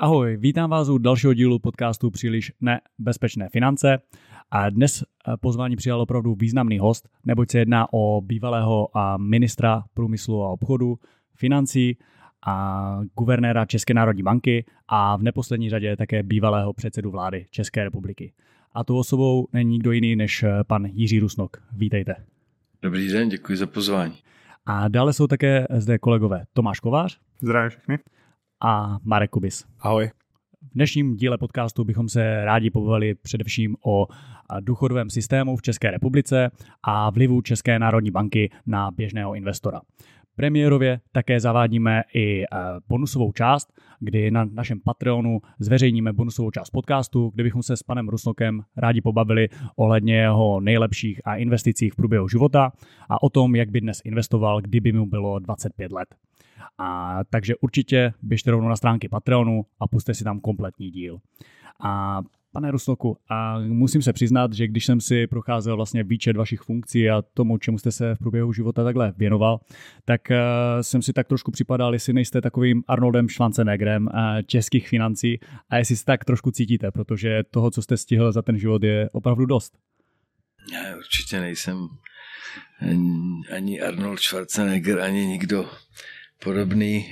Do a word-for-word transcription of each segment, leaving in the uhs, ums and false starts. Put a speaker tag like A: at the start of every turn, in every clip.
A: Ahoj, vítám vás u dalšího dílu podcastu Příliš nebezpečné finance a dnes pozvání přijal opravdu významný host, neboť se jedná o bývalého ministra průmyslu a obchodu, financí a guvernéra České národní banky a v neposlední řadě také bývalého předsedu vlády České republiky. A tou osobou není nikdo jiný než pan Jiří Rusnok. Vítejte.
B: Dobrý den, děkuji za pozvání.
A: A dále jsou také zde kolegové Tomáš Kovář.
C: Zdravím všechny.
A: A Marek Kubis.
C: Ahoj.
A: V dnešním díle podcastu bychom se rádi pobavili především o důchodovém systému v České republice a vlivu České národní banky na běžného investora. Premiérově také zavádíme i bonusovou část, kdy na našem Patreonu zveřejníme bonusovou část podcastu, kde bychom se s panem Rusnokem rádi pobavili ohledně jeho nejlepších a investicích v průběhu života a o tom, jak by dnes investoval, kdyby mu bylo dvacet pět let. A takže určitě běžte rovnou na stránky Patreonu a pusťte si tam kompletní díl. A pane Rusnoku, a musím se přiznat, že když jsem si procházel vlastně výčet vašich funkcí a tomu, čemu jste se v průběhu života takhle věnoval, tak uh, jsem si tak trošku připadal, jestli nejste takovým Arnoldem Schwarzeneggerem uh, českých financí a jestli se tak trošku cítíte, protože toho, co jste stihl za ten život, je opravdu dost.
B: Já určitě nejsem ani, ani Arnold Schwarzenegger, ani nikdo podobný.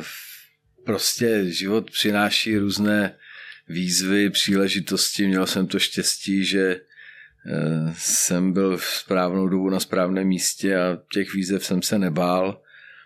B: Prostě život přináší různé výzvy, příležitosti. Měl jsem to štěstí, že jsem byl v správnou dobu na správném místě a těch výzev jsem se nebál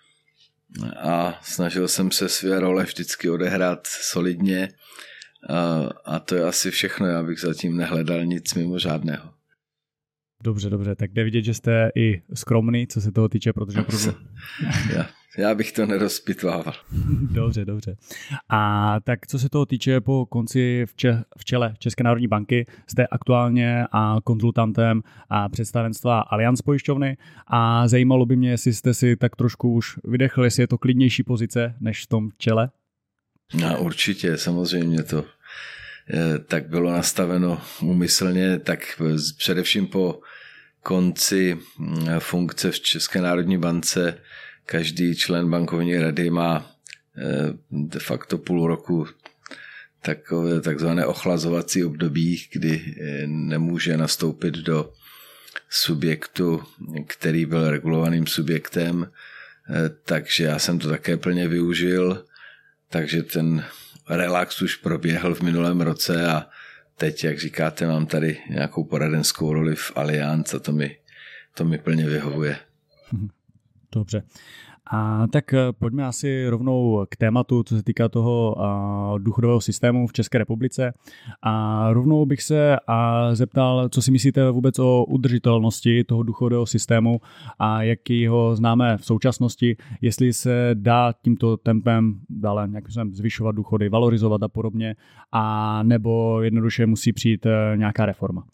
B: a snažil jsem se své role vždycky odehrát solidně a, a to je asi všechno. Já bych zatím nehledal nic mimořádného.
A: Dobře, dobře, tak jde vidět, že jste i skromný, co se toho týče, protože opravdu...
B: Já, já bych to nerozpitvával.
A: Dobře, dobře. A tak co se toho týče, po konci v, če, v čele České národní banky jste aktuálně a konzultantem a představenstva Allianz pojišťovny a zajímalo by mě, jestli jste si tak trošku už vydechli, jestli je to klidnější pozice než v tom čele?
B: No určitě, samozřejmě to tak bylo nastaveno úmyslně, tak především po konci funkce v České národní bance každý člen bankovní rady má de facto půl roku takové takzvané ochlazovací období, kdy nemůže nastoupit do subjektu, který byl regulovaným subjektem, takže já jsem to také plně využil, takže ten relax už proběhl v minulém roce a teď, jak říkáte, mám tady nějakou poradenskou roli v Allianz a to mi, to mi plně vyhovuje.
A: Dobře. A tak pojďme asi rovnou k tématu, co se týká toho a, důchodového systému v České republice. A rovnou bych se a zeptal, co si myslíte vůbec o udržitelnosti toho důchodového systému a jaký ho známe v současnosti, jestli se dá tímto tempem dále nějak zvyšovat důchody, valorizovat a podobně, a nebo jednoduše musí přijít nějaká reforma.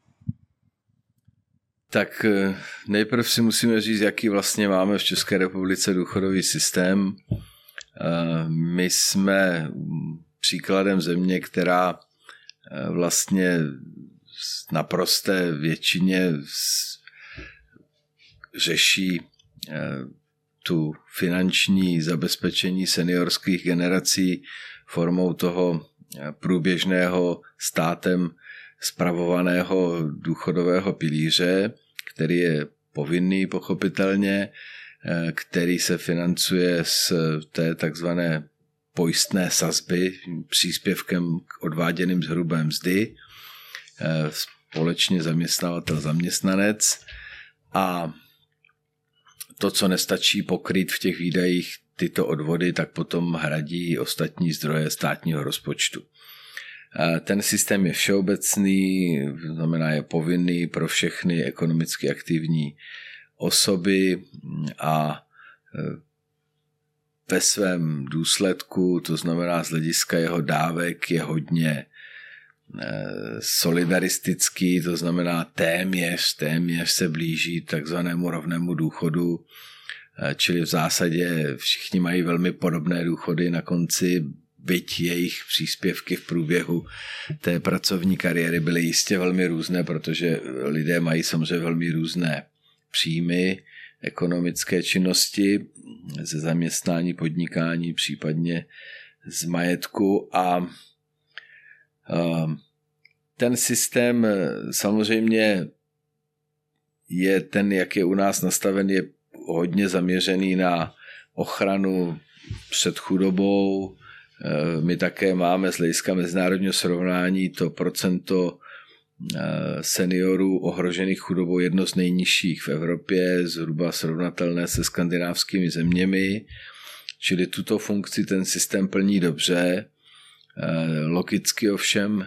B: Tak nejprve si musíme říct, jaký vlastně máme v České republice důchodový systém. My jsme příkladem země, která vlastně na prosté většině řeší tu finanční zabezpečení seniorských generací formou toho průběžného státem spravovaného důchodového pilíře, který je povinný pochopitelně, který se financuje z té takzvané pojistné sazby příspěvkem k odváděným z hrubé mzdy, společně zaměstnavatel zaměstnanec, a to, co nestačí pokryt v těch výdajích tyto odvody, tak potom hradí ostatní zdroje státního rozpočtu. Ten systém je všeobecný, znamená je povinný pro všechny ekonomicky aktivní osoby a ve svém důsledku, to znamená z hlediska jeho dávek, je hodně solidaristický, to znamená téměř, téměř se blíží takzvanému rovnému důchodu, čili v zásadě všichni mají velmi podobné důchody na konci, byť jejich příspěvky v průběhu té pracovní kariéry byly jistě velmi různé, protože lidé mají samozřejmě velmi různé příjmy, ekonomické činnosti ze zaměstnání, podnikání, případně z majetku a ten systém samozřejmě je ten, jak je u nás nastaven, je hodně zaměřený na ochranu před chudobou. My také máme z hlediska mezinárodního srovnání to procento seniorů ohrožených chudobou jedno z nejnižších v Evropě, zhruba srovnatelné se skandinávskými zeměmi, čili tuto funkci ten systém plní dobře. Logicky ovšem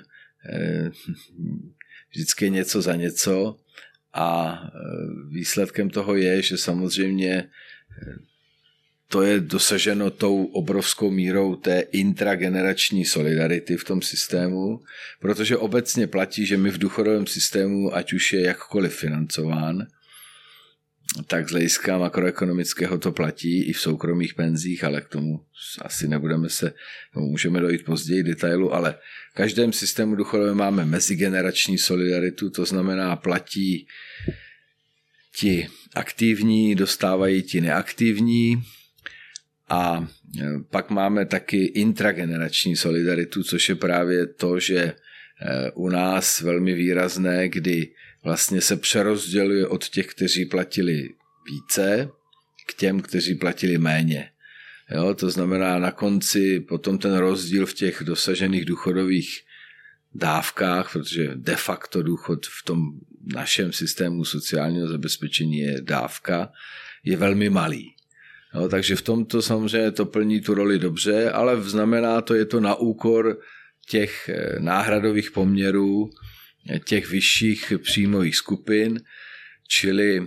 B: vždycky něco za něco a výsledkem toho je, že samozřejmě to je dosaženo tou obrovskou mírou té intragenerační solidarity v tom systému, protože obecně platí, že my v důchodovém systému, ať už je jakkoliv financován, tak z hlediska makroekonomického to platí i v soukromých penzích, ale k tomu asi nebudeme se, můžeme dojít později detailu, ale v každém systému důchodovém máme mezigenerační solidaritu, to znamená platí ti aktivní, dostávají ti neaktivní a pak máme taky intragenerační solidaritu, což je právě to, že u nás velmi výrazné, kdy vlastně se přerozděluje od těch, kteří platili více, k těm, kteří platili méně. Jo, to znamená na konci potom ten rozdíl v těch dosažených důchodových dávkách, protože de facto důchod v tom našem systému sociálního zabezpečení je dávka, je velmi malý. Jo, takže v tomto samozřejmě to plní tu roli dobře, ale znamená to, je to na úkor těch náhradových poměrů, těch vyšších příjmových skupin, čili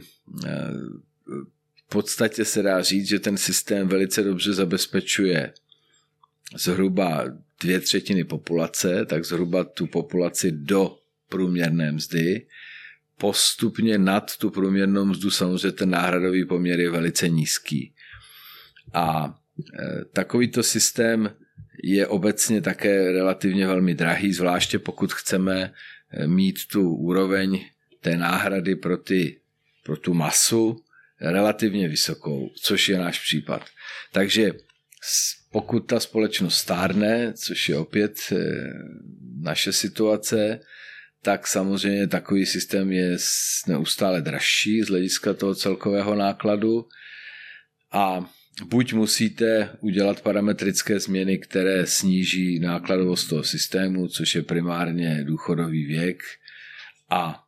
B: v podstatě se dá říct, že ten systém velice dobře zabezpečuje zhruba dvě třetiny populace, tak zhruba tu populaci do průměrné mzdy. Postupně nad tu průměrnou mzdu samozřejmě ten náhradový poměr je velice nízký. A takovýto systém je obecně také relativně velmi drahý, zvláště pokud chceme mít tu úroveň té náhrady pro, ty, pro tu masu relativně vysokou, což je náš případ. Takže pokud ta společnost stárne, což je opět naše situace, tak samozřejmě takový systém je neustále dražší z hlediska toho celkového nákladu a buď musíte udělat parametrické změny, které sníží nákladovost toho systému, což je primárně důchodový věk a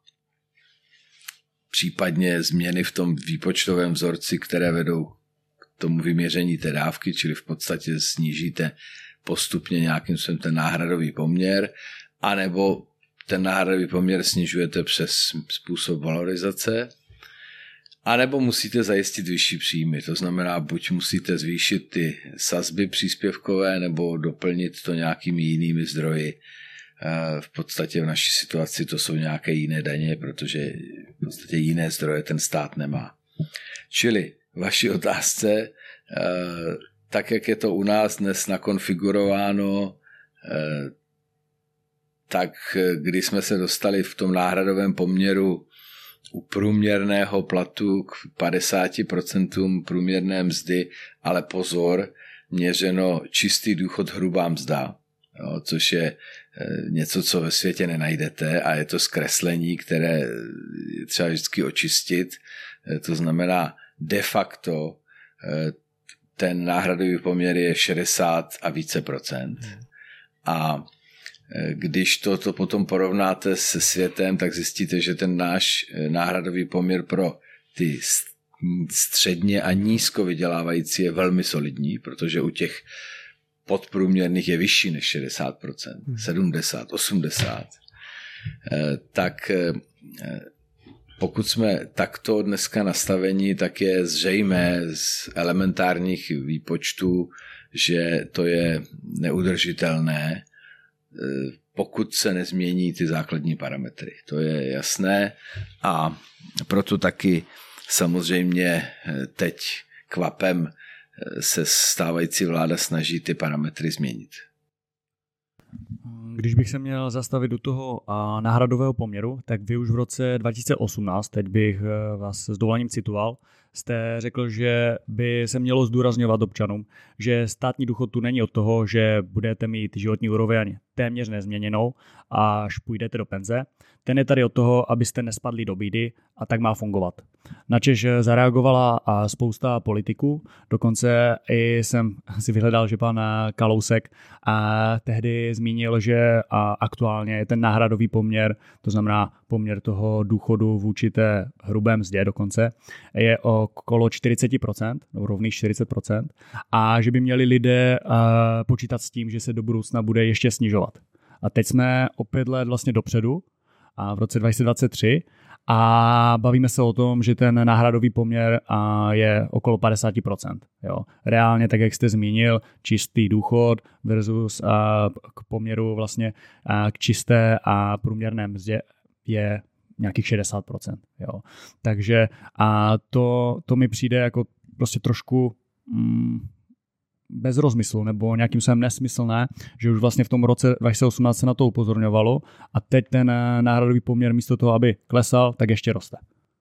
B: případně změny v tom výpočtovém vzorci, které vedou k tomu vyměření té dávky, čili v podstatě snížíte postupně nějakým způsobem ten náhradový poměr, anebo ten náhradový poměr snižujete přes způsob valorizace, anebo musíte zajistit vyšší příjmy. To znamená, buď musíte zvýšit ty sazby příspěvkové, nebo doplnit to nějakými jinými zdroji. V podstatě v naší situaci to jsou nějaké jiné daně, protože v podstatě jiné zdroje ten stát nemá. Čili vaši otázce, tak jak je to u nás dnes nakonfigurováno, tak když jsme se dostali v tom náhradovém poměru u průměrného platu k padesáti procentům průměrné mzdy, ale pozor, měřeno čistý důchod hrubá mzda, jo, což je něco, co ve světě nenajdete a je to zkreslení, které je třeba vždycky očistit. To znamená de facto ten náhradový poměr je šedesát a více procent. A když to, to potom porovnáte se světem, tak zjistíte, že ten náš náhradový poměr pro ty středně a nízko vydělávající je velmi solidní, protože u těch podprůměrných je vyšší než šedesát procent, sedmdesát, osmdesát. Tak pokud jsme takto dneska nastaveni, tak je zřejmé z elementárních výpočtů, že to je neudržitelné, pokud se nezmění ty základní parametry. To je jasné a proto taky samozřejmě teď kvapem se stávající vláda snaží ty parametry změnit.
A: Když bych se měl zastavit do toho náhradového poměru, tak vy už v roce dva tisíce osmnáct, teď bych vás s dovolením citoval, jste řekl, že by se mělo zdůrazňovat občanům, že státní důchod tu není od toho, že budete mít životní úroveň téměř nezměněnou, až půjdete do penze. Ten je tady od toho, abyste nespadli do bídy a tak má fungovat. Načež zareagovala spousta politiků, dokonce i jsem si vyhledal, že pan Kalousek a tehdy zmínil, že aktuálně je ten náhradový poměr, to znamená poměr toho důchodu vůči té hrubé mzdě dokonce, je okolo čtyřicet procent, nebo rovných čtyřicet procent, a že by měli lidé počítat s tím, že se do budoucna bude ještě snižovat. A teď jsme o pět let vlastně dopředu, a v roce dva tisíce dvacet tři, a bavíme se o tom, že ten náhradový poměr je okolo padesát procent. Jo. Reálně, tak jak jste zmínil, čistý důchod versus k poměru vlastně k čisté a průměrné mzdě je nějakých šedesát procent. Jo. Takže a to, to mi přijde jako prostě trošku mm, bez rozmyslu nebo nějakým způsobem nesmyslné, že už vlastně v tom roce dva tisíce osmnáct se na to upozorňovalo a teď ten náhradový poměr místo toho, aby klesal, tak ještě roste.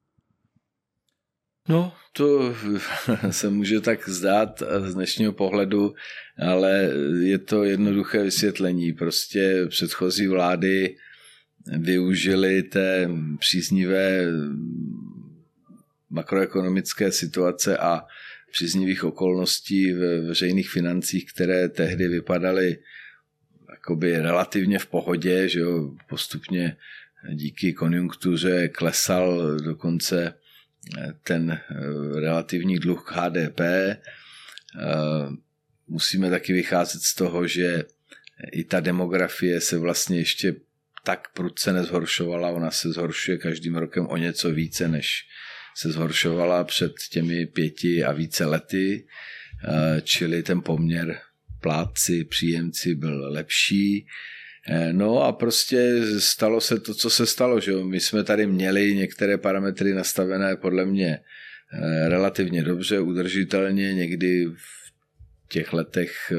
B: No, to se může tak zdát z dnešního pohledu, ale je to jednoduché vysvětlení. Prostě předchozí vlády využily té příznivé makroekonomické situace a příznivých okolností ve veřejných financích, které tehdy vypadaly jakoby relativně v pohodě, že jo, postupně díky konjunktuře klesal dokonce ten relativní dluh k H D P. Musíme taky vycházet z toho, že i ta demografie se vlastně ještě tak prudce nezhoršovala, ona se zhoršuje každým rokem o něco více, než se zhoršovala před těmi pěti a více lety, čili ten poměr plátci, příjemci byl lepší. No a prostě stalo se to, co se stalo, že my jsme tady měli některé parametry nastavené podle mě relativně dobře, udržitelně, někdy v těch letech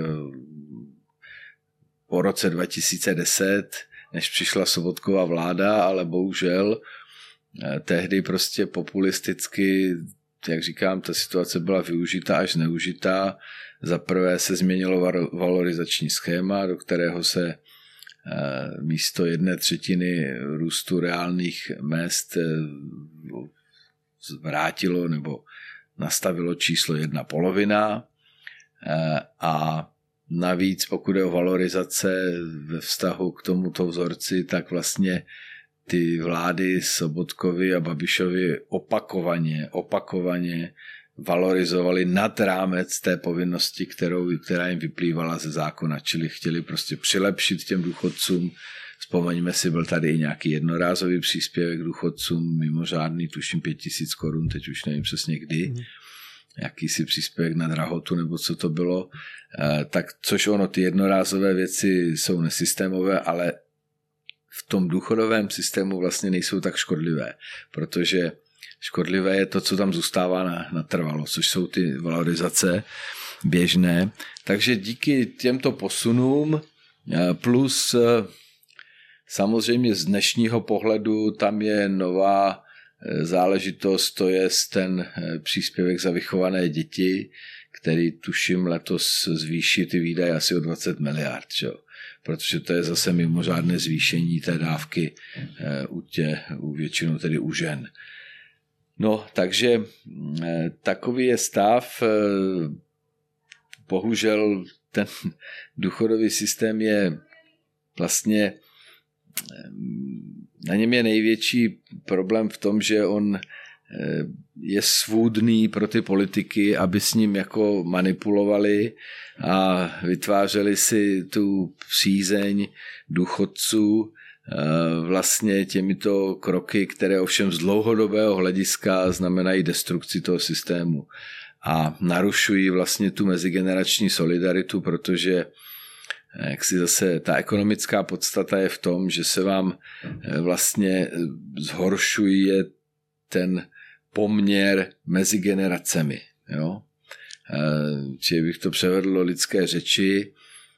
B: po roce dva tisíce deset, než přišla Sobotkova vláda, ale bohužel tehdy prostě populisticky, jak říkám, ta situace byla využita až neužitá. Za prvé se změnilo valorizační schéma, do kterého se místo jedné třetiny růstu reálných mezd vrátilo nebo nastavilo číslo jedna polovina. A navíc, pokud je o valorizace ve vztahu k tomuto vzorci, tak vlastně ty vlády Sobotkovy a Babišovi opakovaně, opakovaně valorizovaly nad rámec té povinnosti, kterou, která jim vyplývala ze zákona, čili chtěli prostě přilepšit těm důchodcům. Vzpomeňme si, byl tady i nějaký jednorázový příspěvek důchodcům, mimořádný, tuším pět tisíc korun, teď už nevím přesně kdy, mm. jakýsi příspěvek na drahotu, nebo co to bylo. E, tak což ono, ty jednorázové věci jsou nesystémové, ale v tom důchodovém systému vlastně nejsou tak škodlivé, protože škodlivé je to, co tam zůstává na, natrvalo, což jsou ty valorizace běžné. Takže díky těmto posunům plus samozřejmě z dnešního pohledu tam je nová záležitost, to je ten příspěvek za vychované děti, který tuším letos zvýší ty výdaje asi o dvacet miliard, čo? Protože to je zase mimořádné zvýšení té dávky u, tě, u většinou tedy u žen. No, takže takový je stav. Bohužel ten důchodový systém je vlastně, na něm je největší problém v tom, že on je svůdný pro ty politiky, aby s ním jako manipulovali a vytvářeli si tu přízeň důchodců vlastně těmito kroky, které ovšem z dlouhodobého hlediska znamenají destrukci toho systému a narušují vlastně tu mezigenerační solidaritu, protože jak si zase ta ekonomická podstata je v tom, že se vám vlastně zhoršuje ten poměr mezi generacemi. Jo? Čiže bych to převedl do lidské řeči,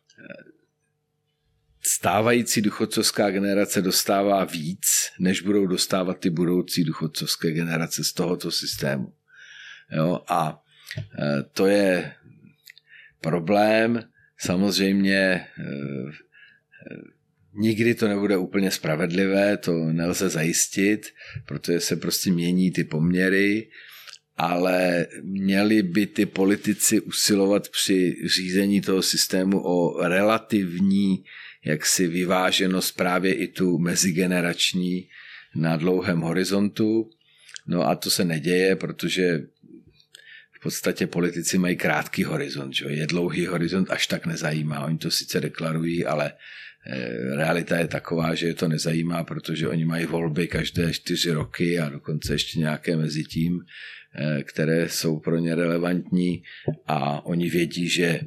B: stávající důchodcovská generace dostává víc, než budou dostávat ty budoucí důchodcovské generace z tohoto systému. Jo? A to je problém. Samozřejmě nikdy to nebude úplně spravedlivé, to nelze zajistit, protože se prostě mění ty poměry, ale měli by ty politici usilovat při řízení toho systému o relativní jaksi vyváženost právě i tu mezigenerační na dlouhém horizontu. No a to se neděje, protože v podstatě politici mají krátký horizont. Že? Je dlouhý horizont až tak nezajímá. Oni to sice deklarují, ale realita je taková, že je to nezajímá, protože oni mají volby každé čtyři roky a dokonce ještě nějaké mezi tím, které jsou pro ně relevantní a oni vědí, že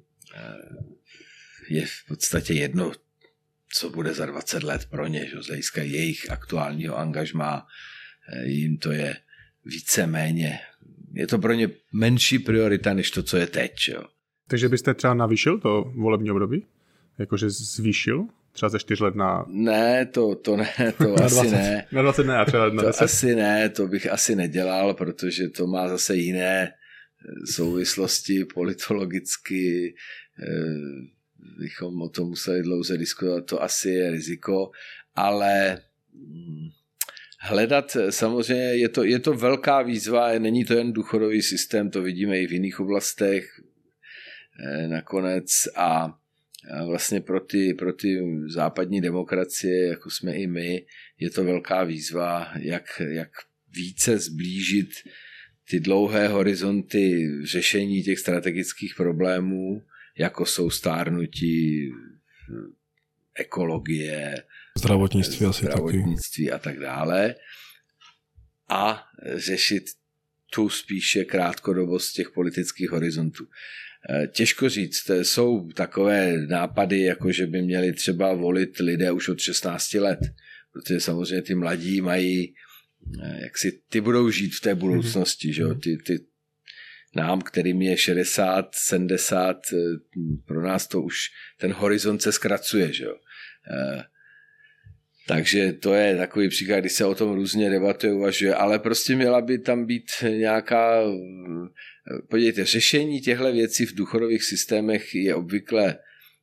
B: je v podstatě jedno, co bude za dvacet let pro ně, že z hlediska jejich aktuálního angažmá, jim to je víceméně, je to pro ně menší priorita, než to, co je teď. Jo.
C: Takže byste třeba navýšil to volební období? Jakože zvýšil? Třeba ze čtyř let na...
B: Ne, to, to ne, to asi
C: dvacet,
B: ne.
C: Na dvacet ne, a třeba na
B: to
C: deset?
B: Asi ne, to bych asi nedělal, protože to má zase jiné souvislosti politologicky, bychom o tom museli dlouze diskutovat, to asi je riziko, ale hledat samozřejmě, je to, je to velká výzva, není to jen důchodový systém, to vidíme i v jiných oblastech nakonec a vlastně pro ty, pro ty západní demokracie, jako jsme i my, je to velká výzva, jak, jak více zblížit ty dlouhé horizonty řešení těch strategických problémů, jako jsou stárnutí, ekologie,
D: zdravotnictví, asi
B: zdravotnictví a tak dále. A řešit tu spíše krátkodobost těch politických horizontů. Těžko říct, jsou takové nápady, jako že by měli třeba volit lidé už od šestnácti let, protože samozřejmě ty mladí mají, jak si ty budou žít v té budoucnosti, že jo, ty, ty nám, kterým je šedesát, sedmdesát, pro nás to už ten horizont se zkracuje, že jo. Takže to je takový příklad, kdy se o tom různě debatuje, uvažuje, ale prostě měla by tam být nějaká, podívejte, řešení těchto věcí v důchodových systémech je obvykle,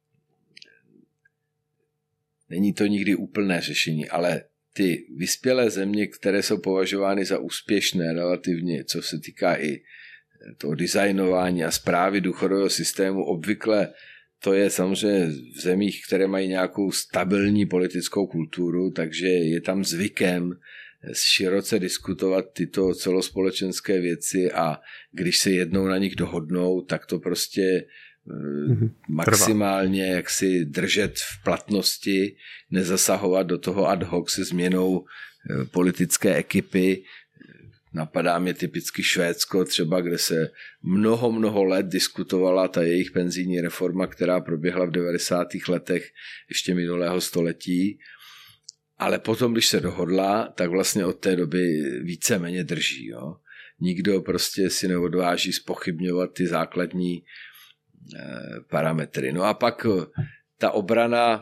B: není to nikdy úplné řešení, ale ty vyspělé země, které jsou považovány za úspěšné relativně, co se týká i toho designování a správy důchodového systému, obvykle to je samozřejmě v zemích, které mají nějakou stabilní politickou kulturu, takže je tam zvykem široce diskutovat tyto celospolečenské věci a když se jednou na nich dohodnou, tak to prostě mm-hmm. maximálně jaksi držet v platnosti, nezasahovat do toho ad hoc se změnou politické ekipy. Napadá mě typicky Švédsko třeba, kde se mnoho, mnoho let diskutovala ta jejich penzijní reforma, která proběhla v devadesátých letech ještě minulého století. Ale potom, když se dohodla, tak vlastně od té doby víceméně drží. Jo? Nikdo prostě si neodváží zpochybňovat ty základní eh, parametry. No a pak ta obrana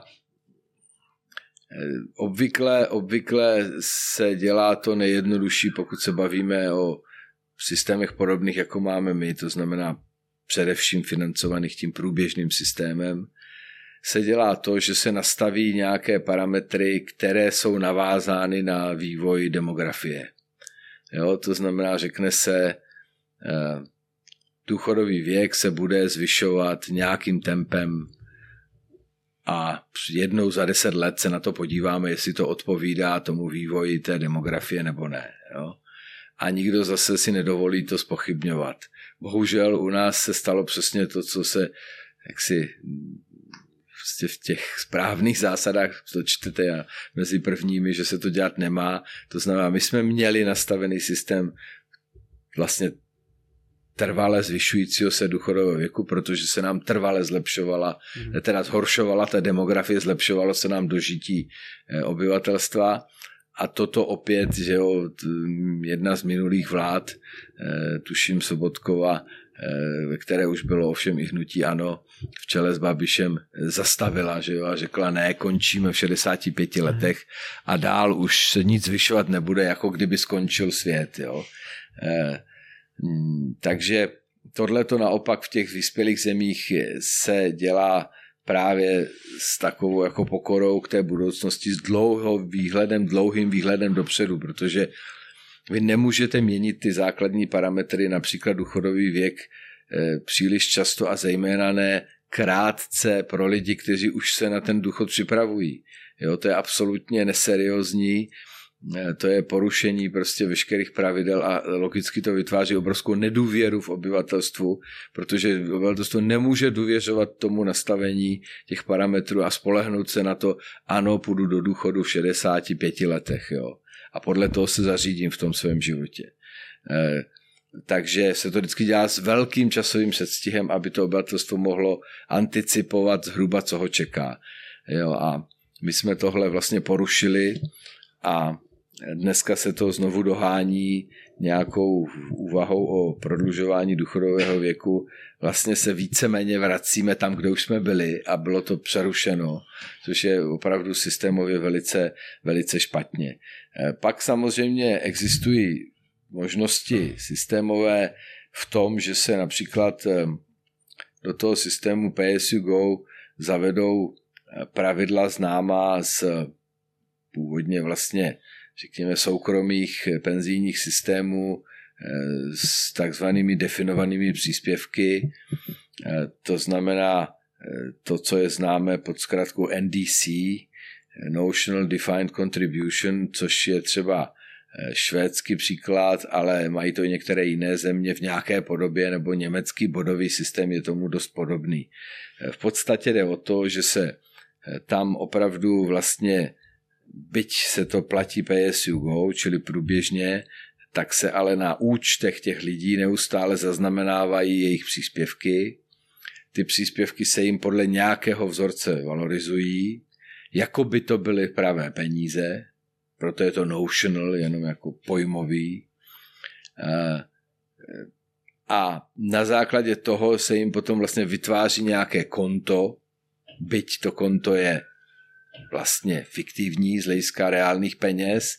B: Obvykle, obvykle se dělá to nejjednodušší, pokud se bavíme o systémech podobných, jako máme my, to znamená především financovaných tím průběžným systémem, se dělá to, že se nastaví nějaké parametry, které jsou navázány na vývoj demografie. Jo, to znamená, řekne se, důchodový věk se bude zvyšovat nějakým tempem a jednou za deset let se na to podíváme, jestli to odpovídá tomu vývoji té demografie nebo ne. Jo? A nikdo zase si nedovolí to zpochybňovat. Bohužel u nás se stalo přesně to, co se jaksi prostě v těch správných zásadách to čtete a mezi prvními, že se to dělat nemá. To znamená, my jsme měli nastavený systém vlastně trvale zvyšujícího se důchodového věku, protože se nám trvale zlepšovala, mm. teda zhoršovala ta demografie, zlepšovalo se nám dožití obyvatelstva a toto opět, že jo, jedna z minulých vlád, tuším Sobotkova, ve které už bylo ovšem i hnutí ANO v čele s Babišem, zastavila, že jo, a řekla ne, končíme v šedesáti pěti letech a dál už se nic zvyšovat nebude, jako kdyby skončil svět, jo. Takže tohleto naopak v těch vyspělých zemích se dělá právě s takovou jako pokorou k té budoucnosti, s dlouhým výhledem, dlouhým výhledem dopředu, protože vy nemůžete měnit ty základní parametry, například důchodový věk, příliš často a zejména ne krátce pro lidi, kteří už se na ten důchod připravují. Jo, to je absolutně neseriózní, to je porušení prostě veškerých pravidel a logicky to vytváří obrovskou nedůvěru v obyvatelstvu, protože obyvatelstvo nemůže důvěřovat tomu nastavení těch parametrů a spolehnout se na to, ano, půjdu do důchodu v šedesáti pěti letech, jo. A podle toho se zařídím v tom svém životě. E, takže se to vždycky dělá s velkým časovým předstihem, aby to obyvatelstvo mohlo anticipovat zhruba, co ho čeká. Jo, a my jsme tohle vlastně porušili a dneska se to znovu dohání nějakou úvahou o prodlužování důchodového věku. Vlastně se víceméně vracíme tam, kde už jsme byli a bylo to přerušeno, což je opravdu systémově velice, velice špatně. Pak samozřejmě existují možnosti systémové v tom, že se například do toho systému Pay as you go zavedou pravidla známá z původně vlastně řekněme soukromých penzijních systémů s takzvanými definovanými příspěvky. To znamená to, co je známé pod zkratkou N D C, Notional Defined Contribution, což je třeba švédský příklad, ale mají to i některé jiné země v nějaké podobě, nebo německý bodový systém je tomu dost podobný. V podstatě jde o to, že se tam opravdu vlastně, byť se to platí Pay as you go, čili průběžně, tak se ale na účtech těch lidí neustále zaznamenávají jejich příspěvky. Ty příspěvky se jim podle nějakého vzorce valorizují, jako by to byly pravé peníze, proto je to notional, jenom jako pojmový. A na základě toho se jim potom vlastně vytváří nějaké konto, byť to konto je vlastně fiktivní z hlediska reálných peněz.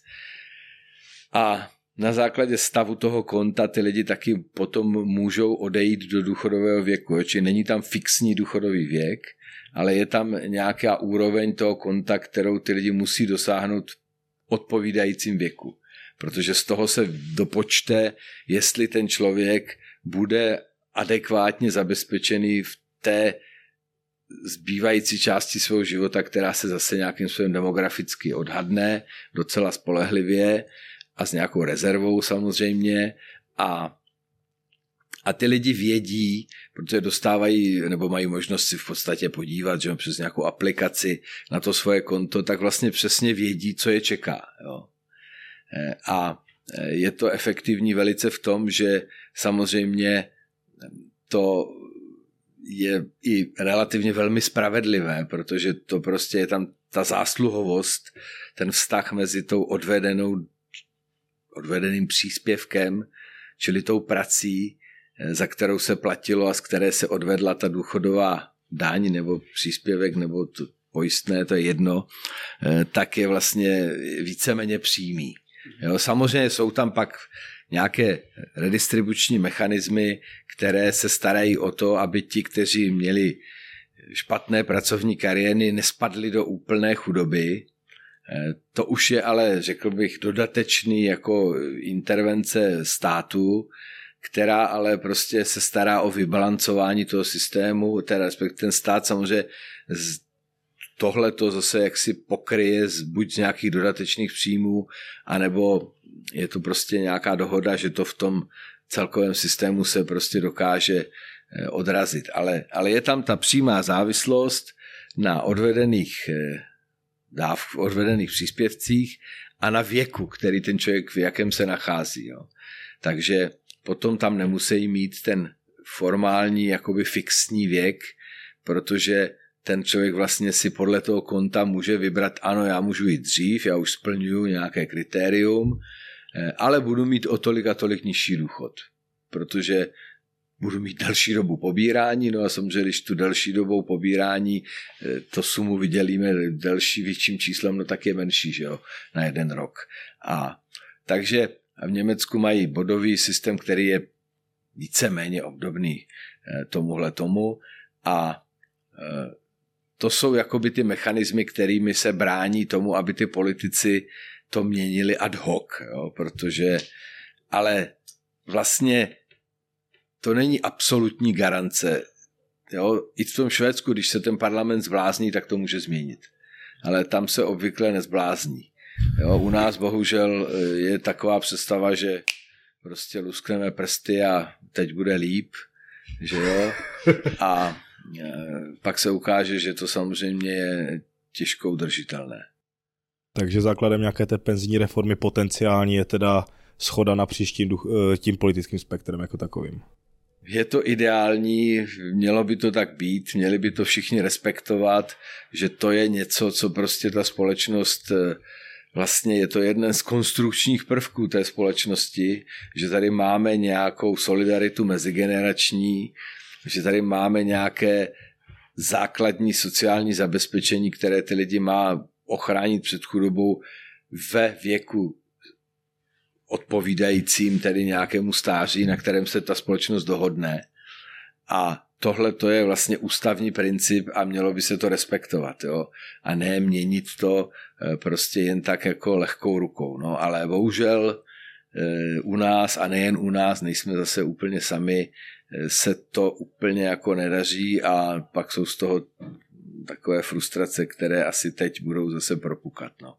B: A na základě stavu toho konta ty lidi taky potom můžou odejít do důchodového věku. Čili není tam fixní důchodový věk, ale je tam nějaká úroveň toho konta, kterou ty lidi musí dosáhnout odpovídajícím věku. Protože z toho se dopočte, jestli ten člověk bude adekvátně zabezpečený v té zbývající části svého života, která se zase nějakým způsobem demograficky odhadne docela spolehlivě a s nějakou rezervou samozřejmě a, a ty lidi vědí, protože dostávají nebo mají možnost si v podstatě podívat, že přes nějakou aplikaci na to svoje konto, tak vlastně přesně vědí, co je čeká. Jo. A je to efektivní velice v tom, že samozřejmě to je i relativně velmi spravedlivé, protože to prostě je tam ta zásluhovost, ten vztah mezi tou odvedenou, odvedeným příspěvkem, čili tou prací, za kterou se platilo a z které se odvedla ta důchodová daň nebo příspěvek nebo to pojistné, to je jedno, tak je vlastně víceméně přímý. Jo, samozřejmě jsou tam pak nějaké redistribuční mechanismy, které se starají o to, aby ti, kteří měli špatné pracovní kariéry, nespadli do úplné chudoby. To už je ale, řekl bych, dodatečný jako intervence státu, která ale prostě se stará o vybalancování toho systému, teda respektive ten stát samozřejmě tohle to zase jaksi pokryje z buď z nějakých dodatečných příjmů, anebo je to prostě nějaká dohoda, že to v tom celkovém systému se prostě dokáže odrazit. Ale, ale je tam ta přímá závislost na odvedených dáv, odvedených příspěvcích a na věku, který ten člověk v jakém se nachází. Jo. Takže potom tam nemusí mít ten formální jakoby fixní věk, protože ten člověk vlastně si podle toho konta může vybrat, ano, já můžu jít dřív, já už splňuju nějaké kritérium, ale budu mít o tolik a tolik nižší důchod, protože budu mít další dobu pobírání, no a samozřejmě, když tu další dobou pobírání to sumu vydělíme další větším číslem, no tak je menší, že jo, na jeden rok. A takže v Německu mají bodový systém, který je víceméně obdobný tomuhle tomu a to jsou jakoby ty mechanismy, kterými se brání tomu, aby ty politici to měnili ad hoc, jo, protože ale vlastně to není absolutní garance. Jo. I v tom Švédsku, když se ten parlament zblázní, tak to může změnit. Ale tam se obvykle nezblázní. Jo. U nás bohužel je taková představa, že prostě luskneme prsty a teď bude líp, že jo. A pak se ukáže, že to samozřejmě je těžko udržitelné.
D: Takže základem nějaké té penzijní reformy potenciální je teda shoda napříč tím, tím politickým spektrem jako takovým.
B: Je to ideální, mělo by to tak být, měli by to všichni respektovat, že to je něco, co prostě ta společnost, vlastně je to jeden z konstrukčních prvků té společnosti, že tady máme nějakou solidaritu mezigenerační, že tady máme nějaké základní sociální zabezpečení, které ty lidi má ochránit před chudobou ve věku odpovídajícím tedy nějakému stáří, na kterém se ta společnost dohodne. A tohle to je vlastně ústavní princip a mělo by se to respektovat, jo? A ne měnit to prostě jen tak jako lehkou rukou. No, ale bohužel u nás a nejen u nás, nejsme zase úplně sami, se to úplně jako nedaří a pak jsou z toho takové frustrace, které asi teď budou zase propukat. No.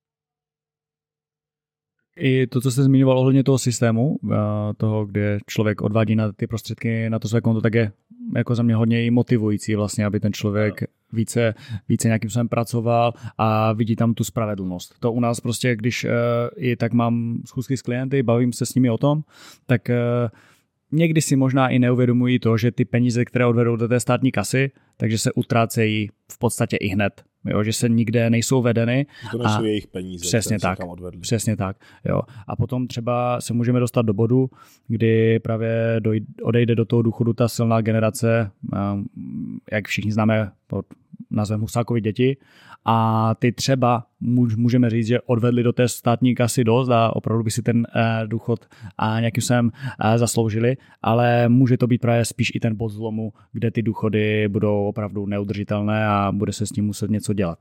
A: I to, co jste zmiňoval ohledně toho systému, toho, kde člověk odvádí na ty prostředky na to své konto, tak je jako za mě hodně i motivující vlastně, aby ten člověk více, více nějakým způsobem pracoval a vidí tam tu spravedlnost. To u nás prostě, když i tak mám schůzky s klienty, bavím se s nimi o tom, tak někdy si možná i neuvědomují to, že ty peníze, které odvedou do té státní kasy, takže se utrácejí v podstatě i hned. Jo, že se nikde nejsou vedeny.
D: To nejsou jejich peníze,
A: přesně tak, přesně tak. Jo. A potom třeba se můžeme dostat do bodu, kdy právě dojde, odejde do toho důchodu ta silná generace, jak všichni známe pod názvem Husákovy děti, a ty třeba můžeme říct, že odvedli do té státní kasy dost a opravdu by si ten důchod nějakým způsobem zasloužili, ale může to být právě spíš i ten bod zlomu, kde ty důchody budou opravdu neudržitelné a bude se s tím muset něco dělat.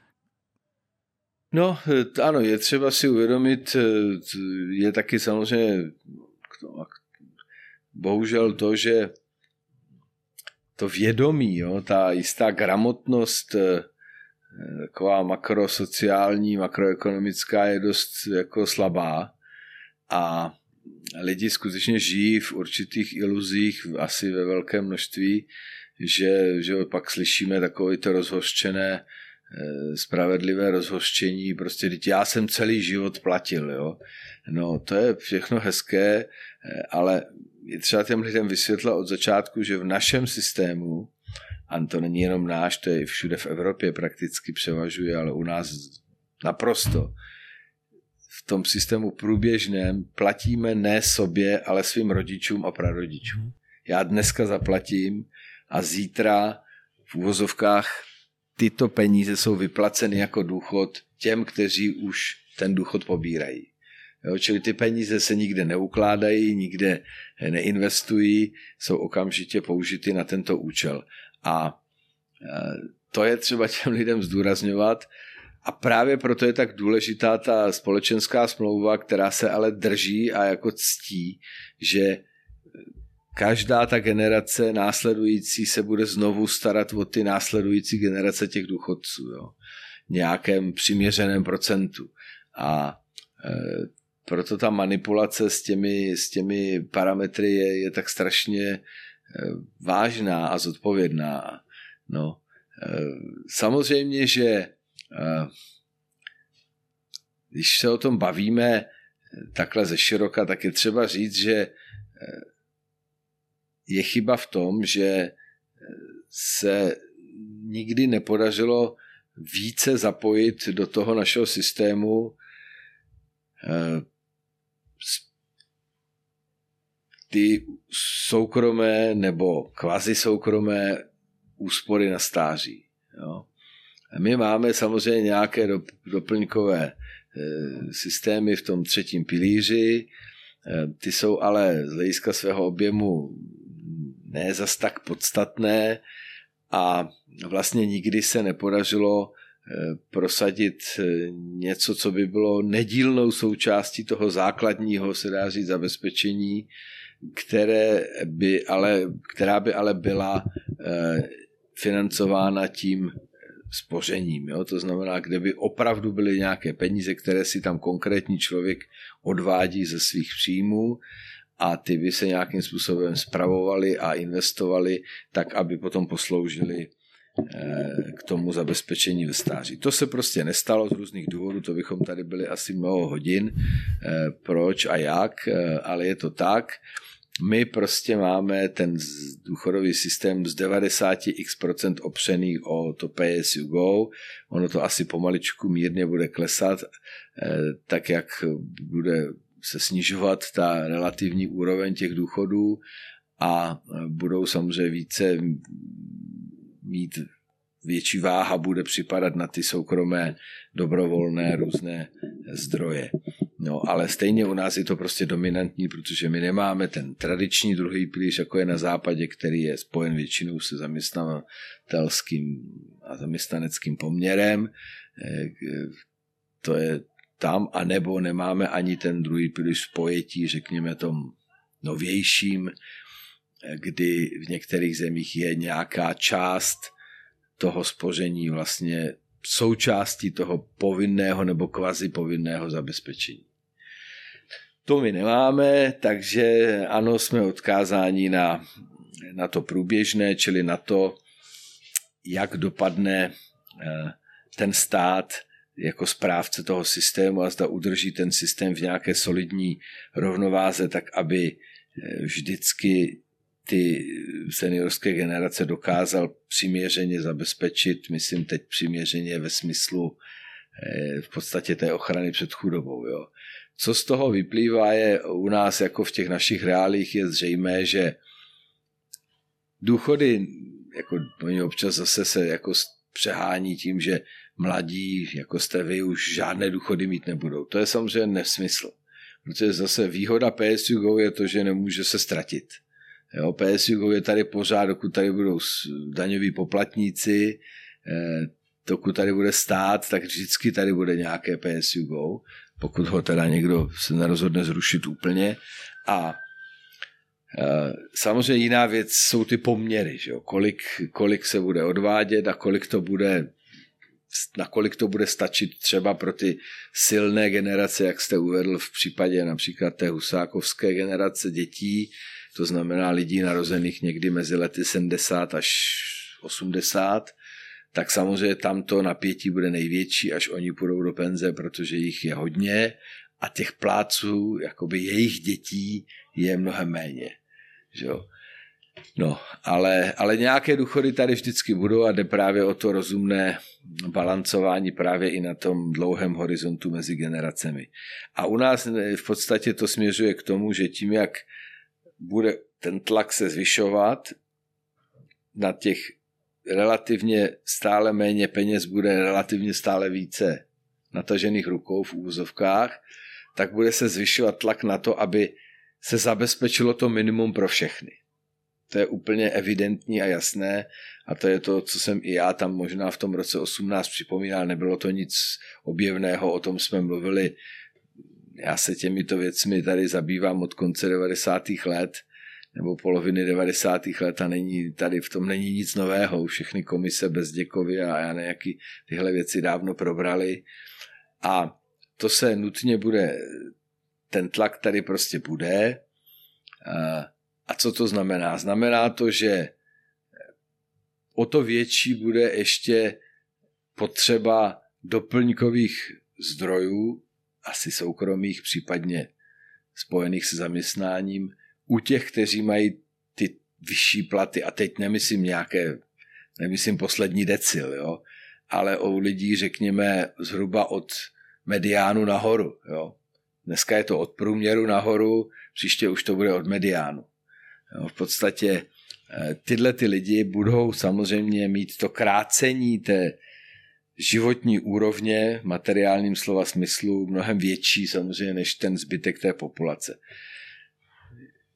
B: No ano, je třeba si uvědomit, je taky samozřejmě bohužel to, že to vědomí, jo, ta jistá gramotnost, taková makrosociální, makroekonomická je dost jako slabá a lidi skutečně žijí v určitých iluzích, asi ve velkém množství, že, že pak slyšíme takové to rozhořčené, spravedlivé rozhořčení, prostě já jsem celý život platil, jo. No to je všechno hezké, ale je třeba těm lidem vysvětlit od začátku, že v našem systému, a to není jenom náš, to je i všude v Evropě prakticky převažuje, ale u nás naprosto. V tom systému průběžném platíme ne sobě, ale svým rodičům a prarodičům. Já dneska zaplatím a zítra v uvozovkách tyto peníze jsou vyplaceny jako důchod těm, kteří už ten důchod pobírají. Jo, čili ty peníze se nikde neukládají, nikde neinvestují, jsou okamžitě použity na tento účel. A to je třeba těm lidem zdůrazňovat a právě proto je tak důležitá ta společenská smlouva, která se ale drží a jako ctí, že každá ta generace následující se bude znovu starat o ty následující generace těch důchodců, jo, nějakém přiměřeném procentu. A e, proto ta manipulace s těmi, s těmi parametry je, je tak strašně e, vážná a zodpovědná. No, e, samozřejmě, že e, když se o tom bavíme takhle ze široka, tak je třeba říct, že e, je chyba v tom, že se nikdy nepodařilo více zapojit do toho našeho systému ty soukromé nebo kvazi soukromé úspory na stáří. Jo. My máme samozřejmě nějaké doplňkové systémy v tom třetím pilíři Ty jsou ale z hlediska svého objemu ne zas tak podstatné a vlastně nikdy se nepodařilo prosadit něco, co by bylo nedílnou součástí toho základního, se dá říct, zabezpečení, které by ale, která by ale byla financována tím spořením. Jo? To znamená, kde by opravdu byly nějaké peníze, které si tam konkrétní člověk odvádí ze svých příjmů a ty by se nějakým způsobem spravovaly a investovaly tak, aby potom posloužily k tomu zabezpečení ve stáří. To se prostě nestalo z různých důvodů, to bychom tady byli asi mnoho hodin, proč a jak, ale je to tak. My prostě máme ten důchodový systém z devadesát x procent opřený o to pay as you go. Ono to asi pomaličku mírně bude klesat, tak jak bude se snižovat ta relativní úroveň těch důchodů a budou samozřejmě více mít větší váha, bude připadat na ty soukromé dobrovolné různé zdroje. No, ale stejně u nás je to prostě dominantní, protože my nemáme ten tradiční druhý pilíř, jako je na západě, který je spojen většinou se zaměstnavatelským a zaměstnaneckým poměrem. To je tam, anebo nemáme ani ten druhý pilíř v pojetí, řekněme tom novějším, kdy v některých zemích je nějaká část toho spoření vlastně součástí toho povinného nebo kvazi povinného zabezpečení. To my nemáme, takže ano, jsme odkázáni na, na to průběžné, čili na to, jak dopadne ten stát jako správce toho systému a zda udrží ten systém v nějaké solidní rovnováze, tak aby vždycky ty seniorské generace dokázal přiměřeně zabezpečit, myslím teď přiměřeně ve smyslu v podstatě té ochrany před chudobou. Jo. Co z toho vyplývá je u nás jako v těch našich reálích je zřejmé, že důchody, jako oni občas zase se jako přehání tím, že mladí, jako jste vy, už žádné důchody mít nebudou. To je samozřejmě nesmysl. Protože zase výhoda P S U Go je to, že nemůže se ztratit. Jo, P S U Go je tady pořád, dokud tady budou daňoví poplatníci, dokud tady bude stát, tak vždycky tady bude nějaké P S U Go, pokud ho teda někdo se nerozhodne zrušit úplně. A samozřejmě jiná věc jsou ty poměry, že jo? Kolik, kolik se bude odvádět a kolik to bude, nakolik to bude stačit třeba pro ty silné generace, jak jste uvedl v případě například té husákovské generace dětí, to znamená lidí narozených někdy mezi lety sedmdesát až osmdesát, tak samozřejmě tam to napětí bude největší, až oni půjdou do penze, protože jich je hodně a těch plátců, jakoby jejich dětí, je mnohem méně. Že jo? No, ale, ale nějaké důchody tady vždycky budou a jde právě o to rozumné balancování právě i na tom dlouhém horizontu mezi generacemi. A u nás v podstatě to směřuje k tomu, že tím, jak bude ten tlak se zvyšovat, na těch relativně stále méně peněz bude relativně stále více natažených rukou v úvozovkách, tak bude se zvyšovat tlak na to, aby se zabezpečilo to minimum pro všechny. To je úplně evidentní a jasné a to je to, co jsem i já tam možná v tom roce osmnáct připomínal, nebylo to nic objevného, o tom jsme mluvili. Já se těmito věcmi tady zabývám od konce devadesátých let nebo poloviny devadesátých let a není, tady v tom není nic nového. Všechny komise Bezděkovy a já nejaký tyhle věci dávno probrali a to se nutně bude, ten tlak tady prostě bude. A co to znamená? Znamená to, že o to větší bude ještě potřeba doplňkových zdrojů, asi soukromých, případně spojených se zaměstnáním, u těch, kteří mají ty vyšší platy, a teď nemyslím nějaké, nemyslím poslední decil, jo, ale o lidí, řekněme, zhruba od mediánu nahoru. Jo. Dneska je to od průměru nahoru, příště už to bude od mediánu. Jo, v podstatě tyhle ty lidi budou samozřejmě mít to krácení té životní úrovně v materiálním slova smyslu mnohem větší samozřejmě než ten zbytek té populace.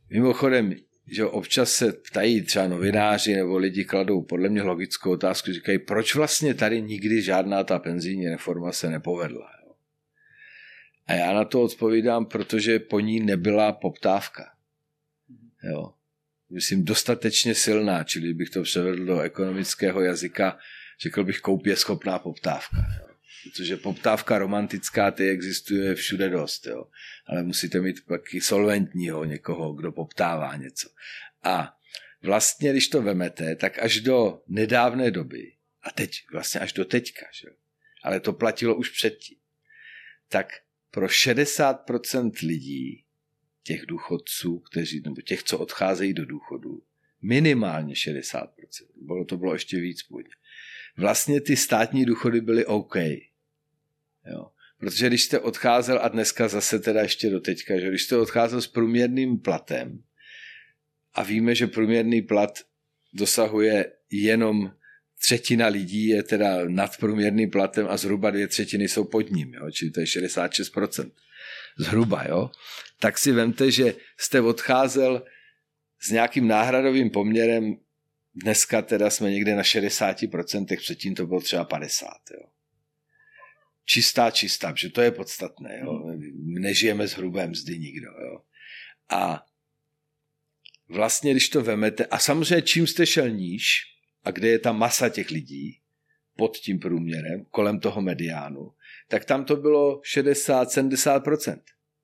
B: mimochodem, že občas se ptají třeba novináři nebo lidi kladou podle mě logickou otázku, říkají, proč vlastně tady nikdy žádná ta penzijní reforma se nepovedla. Jo? A já na to odpovídám, protože po ní nebyla poptávka. Jo? Myslím, dostatečně silná, čili bych to převedl do ekonomického jazyka, řekl bych koupěschopná poptávka. Jo? Protože poptávka romantická, ty existuje všude dost, jo? Ale musíte mít taky solventního někoho, kdo poptává něco. A vlastně, když to vemete, tak až do nedávné doby, a teď, vlastně až do teďka, že? Ale to platilo už předtím, tak pro šedesát procent lidí, těch důchodců, kteří, nebo těch, co odcházejí do důchodu, minimálně šedesát procent, bylo to bylo ještě víc původně, vlastně ty státní důchody byly OK. Jo. Protože když jste odcházel, a dneska zase teda ještě do teďka, že když jste odcházel s průměrným platem a víme, že průměrný plat dosahuje jenom třetina lidí je teda nad průměrným platem a zhruba dvě třetiny jsou pod ním, jo? Čili to je šedesát šest procent. Zhruba, jo? Tak si vemte, že jste odcházel s nějakým náhradovým poměrem, dneska teda jsme někde na šedesát procent, předtím to bylo třeba padesát procent, jo? Čistá, čistá, protože to je podstatné, jo? Nežijeme z hrubé mzdy nikdo, jo? A vlastně, když to vemete, a samozřejmě čím jste šel níž, a kde je ta masa těch lidí pod tím průměrem, kolem toho mediánu, tak tam to bylo šedesát sedmdesát procent.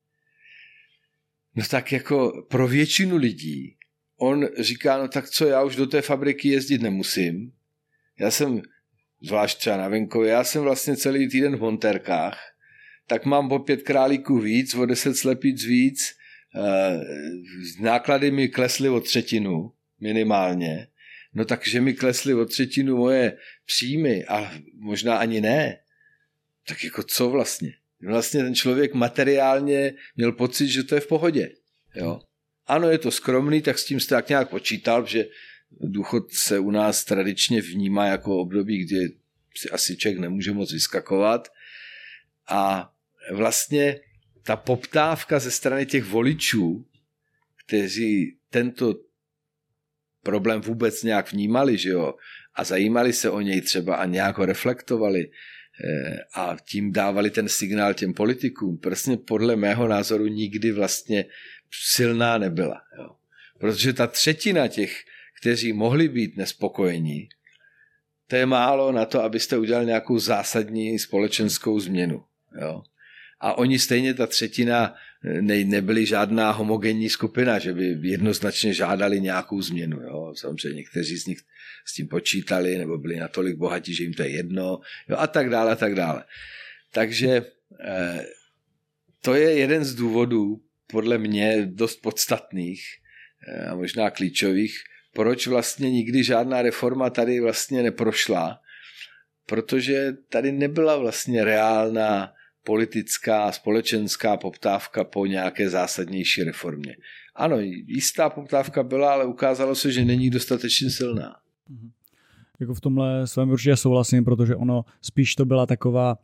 B: No tak jako pro většinu lidí on říká, no tak co, já už do té fabriky jezdit nemusím. Já jsem, zvlášť třeba na venkově, já jsem vlastně celý týden v montérkách, tak mám o pět králíků víc, o deset slepic víc, náklady mi klesly o třetinu minimálně, no takže mi klesly o třetinu moje příjmy a možná ani ne. Tak jako co vlastně? Vlastně ten člověk materiálně měl pocit, že to je v pohodě. Jo? Ano, je to skromný, tak s tím jste tak nějak počítal, že důchod se u nás tradičně vnímá jako období, kdy si asi člověk nemůže moc vyskakovat. A vlastně ta poptávka ze strany těch voličů, kteří tento problém vůbec nějak vnímali, že jo, a zajímali se o něj třeba a nějak ho reflektovali a tím dávali ten signál těm politikům, prostě podle mého názoru nikdy vlastně silná nebyla. Jo. Protože ta třetina těch, kteří mohli být nespokojení, to je málo na to, abyste udělali nějakou zásadní společenskou změnu. Jo. A oni stejně, ta třetina, ne, nebyli žádná homogenní skupina, že by jednoznačně žádali nějakou změnu. Jo. Samozřejmě někteří z nich s tím počítali, nebo byli natolik bohatí, že jim to je jedno, jo, a tak dále, a tak dále. Takže eh, to je jeden z důvodů, podle mě dost podstatných eh, a možná klíčových, proč vlastně nikdy žádná reforma tady vlastně neprošla, protože tady nebyla vlastně reálná politická, společenská poptávka po nějaké zásadnější reformě. Ano, jistá poptávka byla, ale ukázalo se, že není dostatečně silná.
A: Mhm. Jako v tomhle s vámi určitě souhlasím, protože ono spíš to byla taková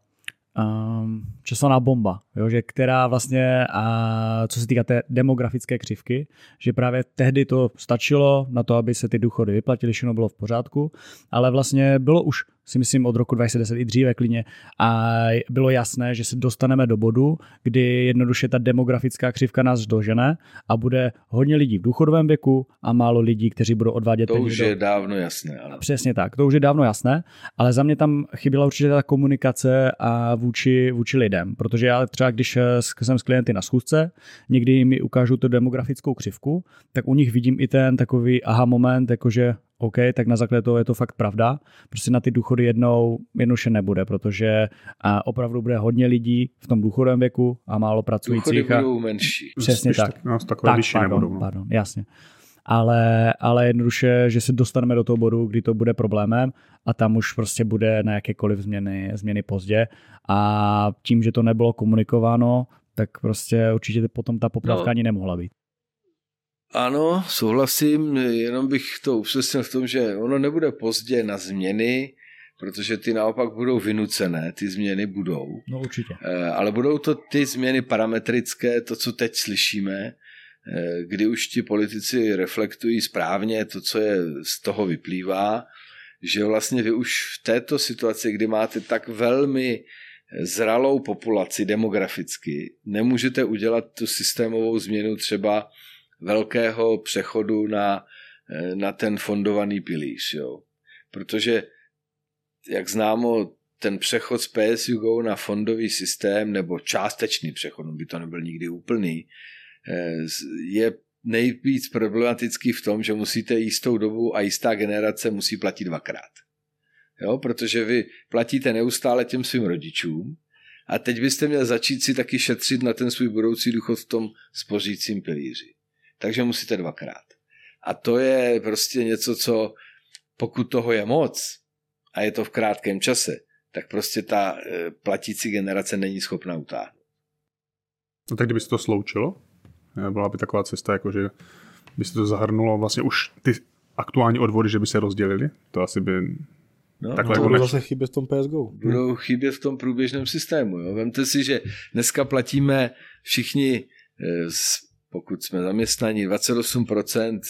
A: um, časovaná bomba, jo, že která vlastně, a co se týká té demografické křivky, že právě tehdy to stačilo na to, aby se ty důchody vyplatily, všechno bylo v pořádku, ale vlastně bylo už, si myslím, od roku dva tisíce deset i dříve klidně a bylo jasné, že se dostaneme do bodu, kdy jednoduše ta demografická křivka nás dožene a bude hodně lidí v důchodovém věku a málo lidí, kteří budou odvádět
B: to
A: peníze.
B: To už je dávno jasné. Ale...
A: Přesně tak, to už je dávno jasné, ale za mě tam chyběla určitě ta komunikace a vůči, vůči lidem, protože já třeba když jsem s klienty na schůzce, někdy mi ukážu tu demografickou křivku, tak u nich vidím i ten takový aha moment, jakože OK, tak na základě toho je to fakt pravda. Prostě na ty důchody jednou jednoduše nebude, protože opravdu bude hodně lidí v tom důchodovém věku a málo pracujících.
B: Důchody budou menší.
A: Přesně tak.
C: tak. No, takové
A: tak,
C: vyšší
A: pardon,
C: nebudou. No.
A: Pardon, jasně. Ale, ale jednoduše, že se dostaneme do toho bodu, kdy to bude problémem a tam už prostě bude na jakékoliv změny, změny pozdě a tím, že to nebylo komunikováno, tak prostě určitě potom ta poptávka no. ani nemohla být.
B: Ano, souhlasím, jenom bych to upřesnil v tom, že ono nebude pozdě na změny, protože ty naopak budou vynucené, ty změny budou.
A: No určitě.
B: Ale budou to ty změny parametrické, to, co teď slyšíme, kdy už ti politici reflektují správně to, co je z toho vyplývá, že vlastně vy už v této situaci, kdy máte tak velmi zralou populaci demograficky, nemůžete udělat tu systémovou změnu třeba velkého přechodu na, na ten fondovaný pilíř. Jo. Protože, jak známo, ten přechod z P S U Go na fondový systém, nebo částečný přechod, by to nebyl nikdy úplný, je nejvíc problematický v tom, že musíte jistou dobu a jistá generace musí platit dvakrát. Jo, protože vy platíte neustále těm svým rodičům a teď byste měli začít si taky šetřit na ten svůj budoucí důchod v tom spořícím pilíři. Takže musíte dvakrát. A to je prostě něco, co pokud toho je moc a je to v krátkém čase, tak prostě ta platící generace není schopna utáhnout.
C: No tak kdyby se to sloučilo, byla by taková cesta, jako že by se to zahrnulo vlastně už ty aktuální odvody, že by se rozdělili, to asi by...
B: No,
C: takhle
D: to
C: jako
D: budou
C: neč...
D: zase chybět v tom P S Go.
B: Budou chybět v tom průběžném systému. Jo. Vemte si, že dneska platíme všichni, pokud jsme zaměstnaní, dvacet osm procent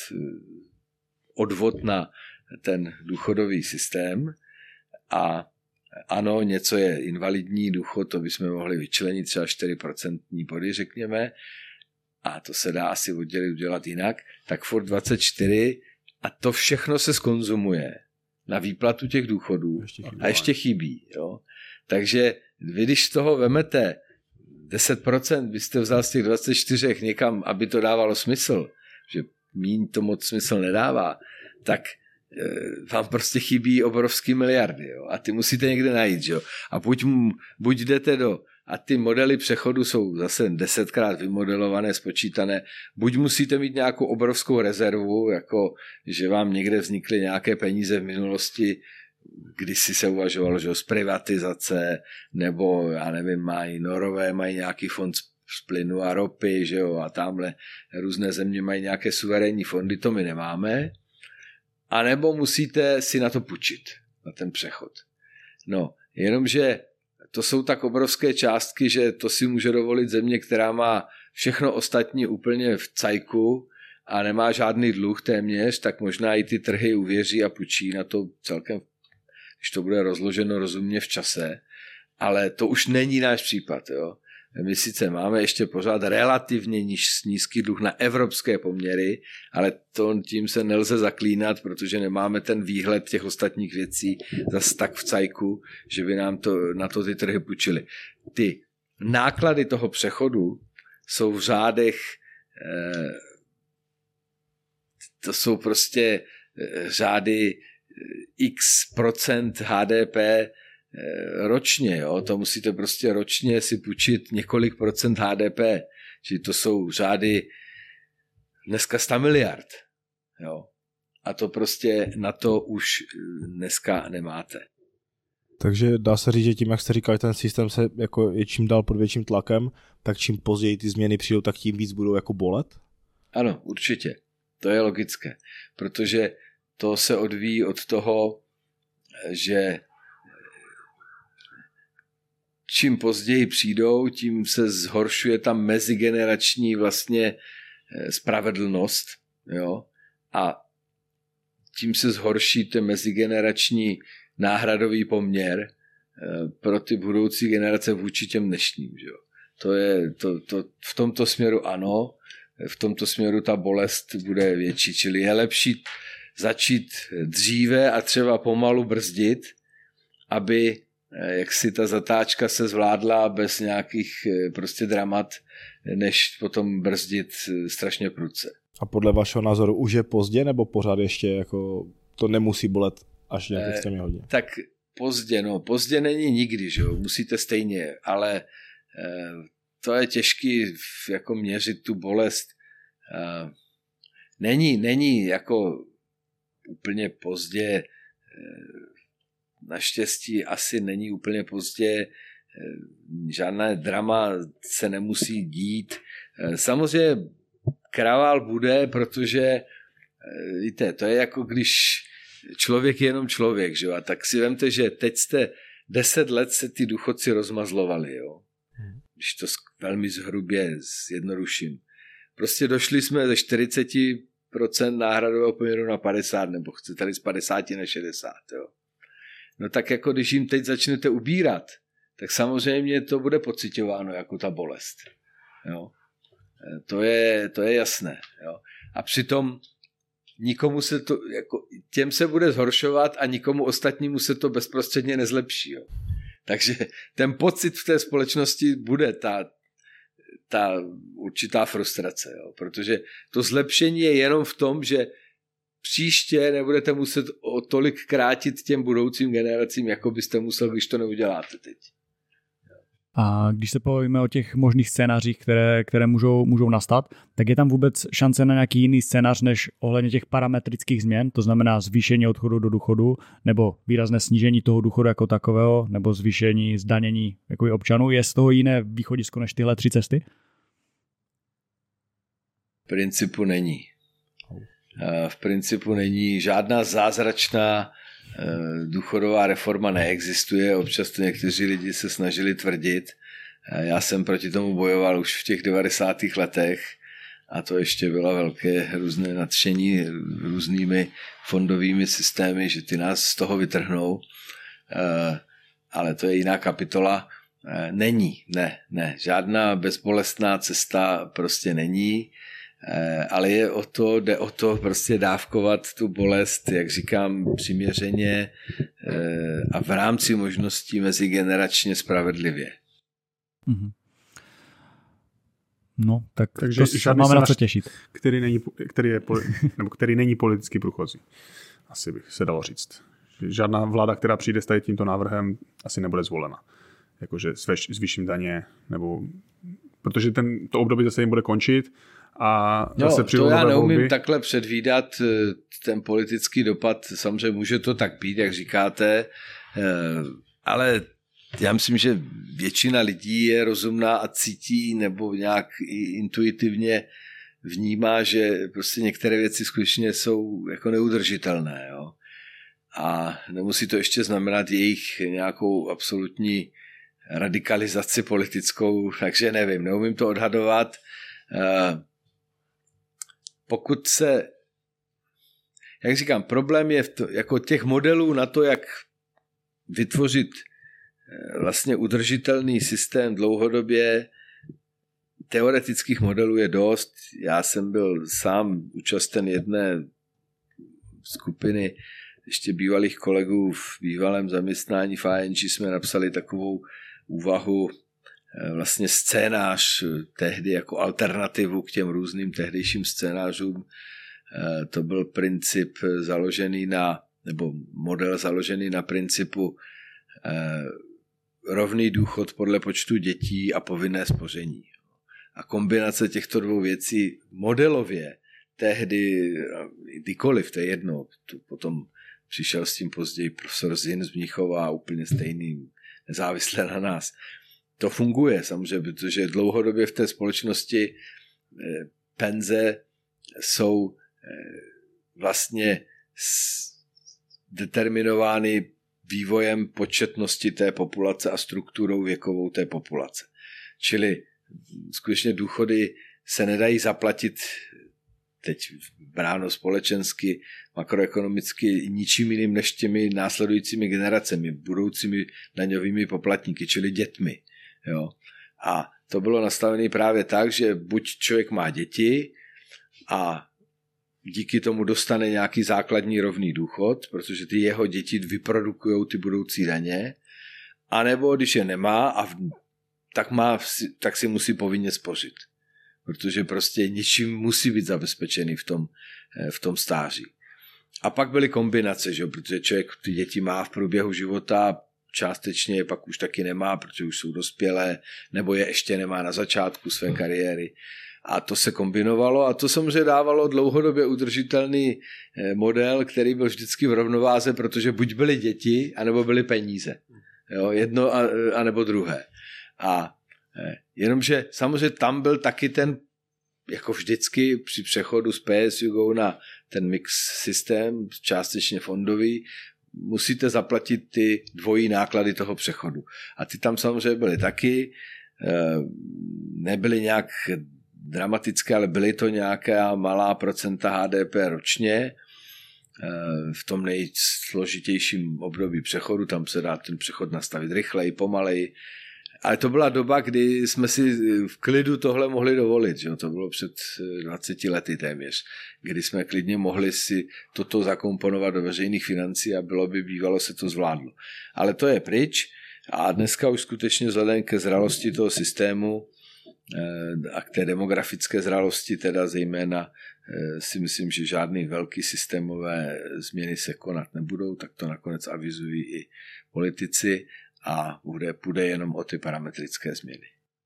B: odvod na ten důchodový systém a ano, něco je invalidní důchod, to bychom mohli vyčlenit třeba čtyři procentní body, řekněme, a to se dá asi oddělit, udělat jinak, tak furt dvacet čtyři a to všechno se skonzumuje na výplatu těch důchodů ještě a ještě chybí. Jo? Takže vy, když z toho vemete deset procent, byste vzal z těch dvacet čtyři někam, aby to dávalo smysl, že míň to moc smysl nedává, tak vám prostě chybí obrovský miliardy. Jo? A ty musíte někde najít. Jo? A buď, buď jdete do... A ty modely přechodu jsou zase desetkrát vymodelované, spočítané. Buď musíte mít nějakou obrovskou rezervu, jako že vám někde vznikly nějaké peníze v minulosti, kdysi se uvažovalo, že z privatizace, nebo já nevím, mají Norové, mají nějaký fond z plynu a ropy, že jo, a tamhle různé země mají nějaké suverénní fondy, to my nemáme. A nebo musíte si na to půjčit, na ten přechod. No, jenomže to jsou tak obrovské částky, že to si může dovolit země, která má všechno ostatní úplně v cajku a nemá žádný dluh téměř, tak možná i ty trhy uvěří a půjčí na to celkem, když to bude rozloženo rozumně v čase. Ale to už není náš případ. Jo. My sice máme ještě pořád relativně níž, nízký dluh na evropské poměry, ale to, tím se nelze zaklínat, protože nemáme ten výhled těch ostatních věcí zas tak v cajku, že by nám to, na to ty trhy půjčily. Ty náklady toho přechodu jsou v řádech, eh, to jsou prostě řády x procent H D P ročně, jo? To musíte prostě ročně si půjčit několik procent H D P, čili to jsou řády dneska sto miliard, jo? A to prostě na to už dneska nemáte.
D: Takže dá se říct, že tím, jak jste říkal, ten systém se jako je čím dál pod větším tlakem, tak čím později ty změny přijdou, tak tím víc budou jako bolet?
B: Ano, určitě. To je logické, protože to se odvíjí od toho, že čím později přijdou, tím se zhoršuje ta mezigenerační vlastně spravedlnost, jo? A tím se zhorší ten mezigenerační náhradový poměr pro ty budoucí generace vůči těm dnešním. Jo? To je, to, to, v tomto směru ano, v tomto směru ta bolest bude větší, čili je lepší začít dříve a třeba pomalu brzdit, aby jak si ta zatáčka se zvládla bez nějakých prostě dramat, než potom brzdit strašně prudce.
D: A podle vašeho názoru už je pozdě, nebo pořád ještě jako to nemusí bolet až nějak extrémně hodně?
B: Tak pozdě, no pozdě není nikdy, že jo, musíte stejně, ale eh, to je těžký jako měřit tu bolest. Eh, není, není jako úplně pozdě, eh, naštěstí asi není úplně pozdě, žádné drama se nemusí dít. Samozřejmě kravál bude, protože víte, to je jako když člověk je jenom člověk, že jo? A tak si vemte, že teď jste deset let se ty důchodci rozmazlovali, jo? Když to velmi zhrubě zjednoduším. prostě došli jsme ze čtyřicet procent náhradového poměru na padesát, nebo chcete-li z padesáti na šedesát. Jo. No tak jako když jim teď začnete ubírat, tak samozřejmě to bude pocitováno jako ta bolest. Jo. To je, to je jasné. Jo. A přitom nikomu se to, jako, těm se bude zhoršovat a nikomu ostatnímu se to bezprostředně nezlepší. Jo. Takže ten pocit v té společnosti bude ta, ta určitá frustrace, jo. Protože to zlepšení je jenom v tom, že příště nebudete muset o tolik krátit těm budoucím generacím, jako byste musel, když to neuděláte teď.
A: A když se povíme o těch možných scénářích, které, které můžou, můžou nastat, tak je tam vůbec šance na nějaký jiný scénář než ohledně těch parametrických změn, to znamená zvýšení odchodu do důchodu, nebo výrazné snížení toho důchodu jako takového, nebo zvýšení zdanění jako občanů. Je z toho jiné východisko než tyhle tři cesty?
B: V principu není. V principu není žádná zázračná důchodová reforma neexistuje, občas to někteří lidi se snažili tvrdit. Já jsem proti tomu bojoval už v těch devadesátých letech a to ještě bylo velké různé nadšení různými fondovými systémy, že ty nás z toho vytrhnou, ale to je jiná kapitola. Není, ne, ne, žádná bezbolestná cesta prostě není, ale je o to, jde o to prostě dávkovat tu bolest, jak říkám, přiměřeně a v rámci možností mezigeneračně spravedlivě.
A: Mm-hmm. No, tak
C: takže
A: to máme na co těšit.
C: Který není, který, je, nebo který není politicky průchozí. Asi bych se dalo říct. Žádná vláda, která přijde s tady tímto návrhem, asi nebude zvolena. Jakože s vyšším daně, nebo protože ten, to období zase jim bude končit a zase
B: no, to já neumím
C: volby.
B: Takhle předvídat ten politický dopad. Samozřejmě může to tak být, jak říkáte, ale já myslím, že většina lidí je rozumná a cítí nebo nějak intuitivně vnímá, že prostě některé věci skutečně jsou jako neudržitelné. Jo? A nemusí to ještě znamenat jejich nějakou absolutní radikalizaci politickou, takže nevím, neumím to odhadovat. Pokud se, jak říkám, problém je v to, jako těch modelů na to, jak vytvořit vlastně udržitelný systém dlouhodobě, teoretických modelů je dost. Já jsem byl sám účasten jedné skupiny ještě bývalých kolegů v bývalém zaměstnání v I N G, jsme napsali takovou úvahu, vlastně scénář tehdy jako alternativu k těm různým tehdejším scénářům. To byl princip založený na, nebo model založený na principu rovný důchod podle počtu dětí a povinné spoření. A kombinace těchto dvou věcí modelově tehdy, kdykoliv, to je jedno, potom přišel s tím později profesor Zin z Mnichova, úplně stejný, nezávisle na nás. To funguje samozřejmě, protože dlouhodobě v té společnosti penze jsou vlastně determinovány vývojem početnosti té populace a strukturou věkovou té populace. Čili skutečně důchody se nedají zaplatit teď bráno společensky, makroekonomicky ničím jiným než těmi následujícími generacemi, budoucími daňovými poplatníky, čili dětmi. Jo. A to bylo nastavené právě tak, že buď člověk má děti a díky tomu dostane nějaký základní rovný důchod, protože ty jeho děti vyprodukují ty budoucí daně, anebo když je nemá, a v, tak, má, tak si musí povinně spořit. Protože prostě něčím musí být zabezpečený v tom, v tom stáří. A pak byly kombinace, že? Protože člověk ty děti má v průběhu života, částečně je pak už taky nemá, protože už jsou dospělé, nebo je ještě nemá na začátku své kariéry. A to se kombinovalo a to samozřejmě dávalo dlouhodobě udržitelný model, který byl vždycky v rovnováze, protože buď byly děti, anebo byly peníze. Jo? Jedno a, a nebo druhé. A jenomže samozřejmě tam byl taky ten, jako vždycky při přechodu z P S U Go na ten mix systém, částečně fondový, musíte zaplatit ty dvojí náklady toho přechodu. A ty tam samozřejmě byly taky, nebyly nějak dramatické, ale byly to nějaká malá procenta H D P ročně v tom nejsložitějším období přechodu, tam se dá ten přechod nastavit rychleji, pomaleji. Ale to byla doba, kdy jsme si v klidu tohle mohli dovolit. Že? To bylo před dvaceti lety téměř, kdy jsme klidně mohli si toto zakomponovat do veřejných financí a bylo by bývalo se to zvládlo. Ale to je pryč a dneska už skutečně vzhledem ke zralosti toho systému a k té demografické zralosti teda zejména si myslím, že žádný velký systémové změny se konat nebudou, tak to nakonec avizují i politici a bude, půjde jenom o ty parametrické změny.